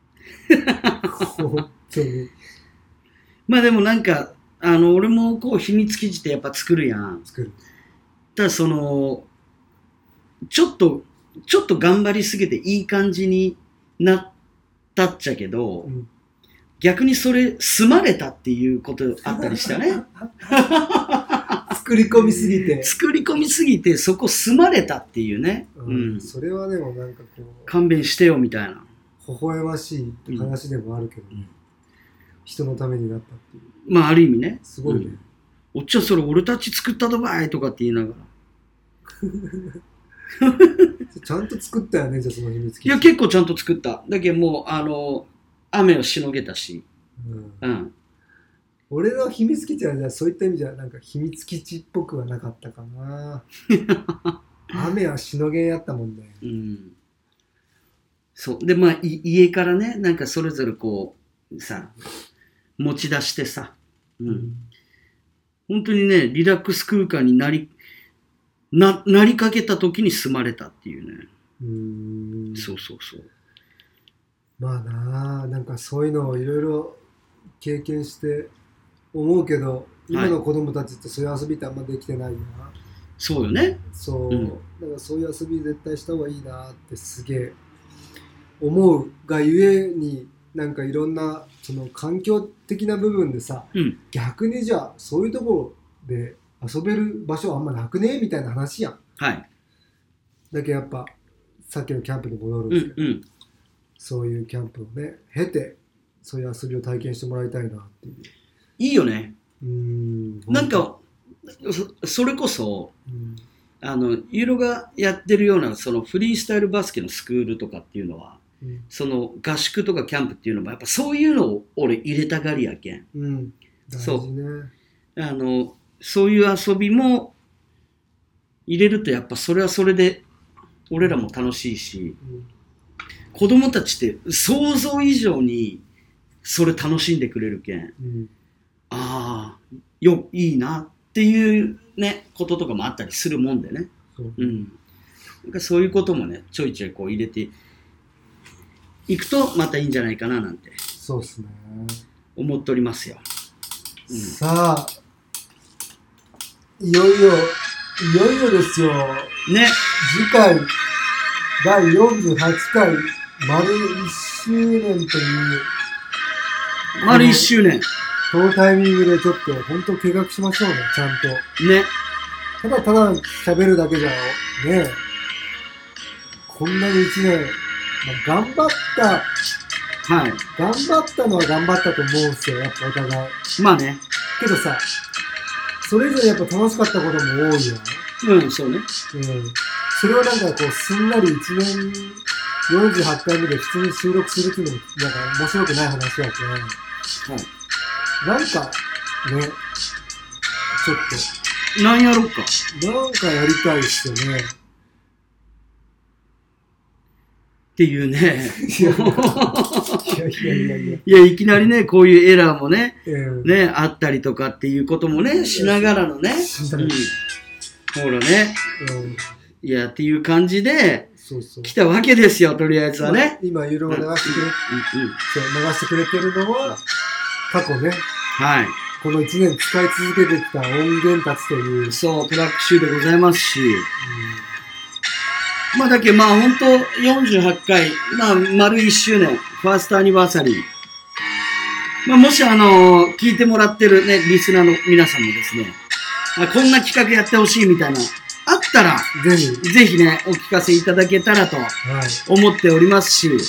本当に。 まあでもなんかあの俺もこう秘密基地ってやっぱ作るやん。作る。ただそのちょっとちょっと頑張りすぎていい感じになったっちゃけど、うん、逆にそれ住まれたっていうことあったりしたね作り込みすぎて作り込みすぎてそこ住まれたっていうね、 うんうん、それはでもなんかこう勘弁してよみたいな微笑ましい話でもあるけど、うん、人のためになったっていう、 まあある意味ねすごいね、 うん、おっちゃんそれ俺たち作ったどばいとかって言いながらちゃんと作ったよね、じゃあその秘密基地。 いや結構ちゃんと作った。だけどもうあの雨をしのげたし、 うんうん、俺の秘密基地はじゃあそういった意味じゃなんか秘密基地っぽくはなかったかな雨はしのげんやったもんね、うん、 そう。で、まあ、い家からね、なんかそれぞれこう、さ、持ち出してさ、うん。うん、本当にね、リラックス空間になり、な、なりかけた時に住まれたっていうね。 うーん。 そうそうそう。 まあなあ、なんかそういうのをいろいろ経験して思うけど、今の子供たちってそういう遊びってあんまできてないよな。 そうよね。 そう、 うん、 だからそういう遊び絶対した方がいいなってすげえ思うがゆえに、なんかいろんなその環境的な部分でさ、 うん、 逆にじゃあそういうところで遊べる場所はあんまなくねみたいな話やん。 はい。 だけどやっぱさっきのキャンプに戻るんですけど、 うんうん、 そういうキャンプをね経てそういう遊びを体験してもらいたいなっていう。 いいよね。 うーん、 なんかそ、それこそ、 うん、 あの、ユーロがやってるような、そのフリースタイルバスケのスクールとかっていうのは、うん、その合宿とかキャンプっていうのも、やっぱそういうのを俺入れたがりやけん。 うん、大事ね。 そう。あの、そういう遊びも入れると、やっぱそれはそれで、俺らも楽しいし、うん、子供たちって想像以上にそれ楽しんでくれるけん。うん、ああ、よ、いいなっていうね、こととかもあったりするもんでね。そう、うん。なんかそういうこともね、ちょいちょいこう入れていくとまたいいんじゃないかななんて。 そうですね。 思っておりますよ。 うん、さあ、いよいよ、いよいよですよ。 ね。 次回、だいよんじゅうはちかい、丸いっしゅうねんという。 丸いっしゅうねん。 このタイミングでちょっと本当計画しましょうね、ちゃんと。 ね。 ただただ喋るだけじゃね、こんなにいちねん、まあ、頑張った、はい。頑張ったのは頑張ったと思うんですよ、やっぱお互い。まあね。けどさ、それぞれやっぱ楽しかったことも多いよね。 うん、そうね。うん。 それをなんかこう、すんなりいちねんよんじゅうはちかいめで普通に収録するっていうのも、なんか面白くない話やけん。はい。なんか、ね、ちょっと。なんやろうか。 なんかやりたいっすよね。 っていうね。 いやいやいやいや。 いや、いきなりね、こういうエラーもね、うん、ね、あったりとかっていうこともね、しながらのね。うん、ほらね、うん。いや、っていう感じで、そうそう来たわけですよ、とりあえずはね。 まあ、今、ユーロが流してくれ、うんうん、そう流してくれてるのは、過去ね。はい。このいちねん使い続けてきた音源たちという。 そう、トラック集でございますし。うん、まあ、だけど、まあ、ほんと、よんじゅうはちかい、まあ、丸いっしゅうねん、ファーストアニバーサリー。まあ、もし、あの、聞いてもらってるね、リスナーの皆さんもですね、あこんな企画やってほしいみたいな、あったら、ぜひ、ぜひね、お聞かせいただけたらと思っておりますし、はい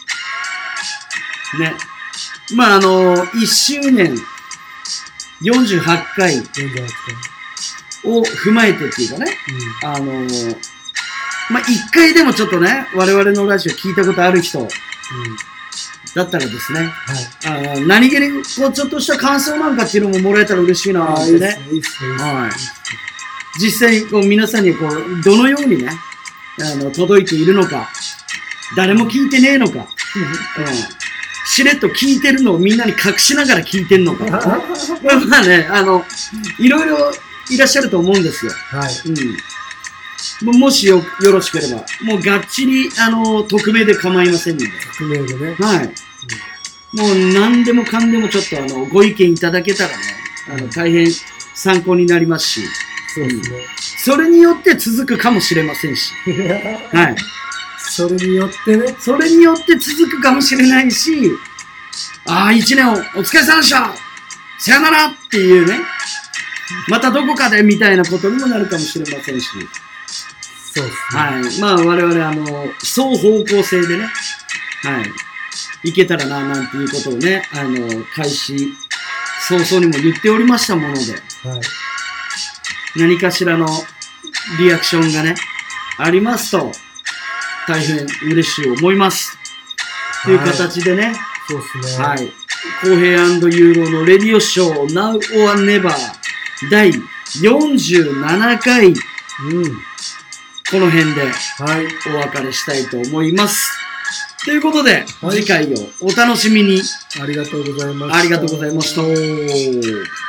うん、ね。まあ、あの、いっしゅうねん、よんじゅうはちかいを踏まえてっていうかね、うん、あの、まあ、いっかいでもちょっとね、我々のラジオ聞いたことある人、うん、だったらですね、はい、あ何気にこうちょっとした感想なんかっていうのももらえたら嬉しいなってね。はい。実際こう皆さんにこうどのようにね、あの届いているのか、誰も聞いてねえのか、うん、しれっと聞いてるのをみんなに隠しながら聞いてるのか、まあね、あのいろいろいらっしゃると思うんですよ。はい。うん。もしよ、よろしければ、もうがっちり、あの、匿名で構いませんので。 匿名でね。 はい。うん、もう何でもかんでもちょっと、あの、ご意見いただけたらね、あの、大変参考になりますし。 そうですね。 うん、それによって続くかもしれませんし。はい。 それによってね。 それによって続くかもしれないし、ああ、一年お疲れ様でしたさよならっていうね、またどこかでみたいなことにもなるかもしれませんし。 そうですね。 はい。まあ我々あの、双方向性でね、はい。いけたらな、なんていうことをね、あの、開始早々にも言っておりましたもので、はい。何かしらのリアクションがね、ありますと、大変嬉しい思います。と、はい、いう形でね、 そうですね。 はい。公平&ユーロのレディオショー Now or Never だいよんじゅうななかい、うん、この辺でお別れしたいと思います。 ということで、 はい次回をお楽しみに。 ありがとうございました。 ありがとうございました。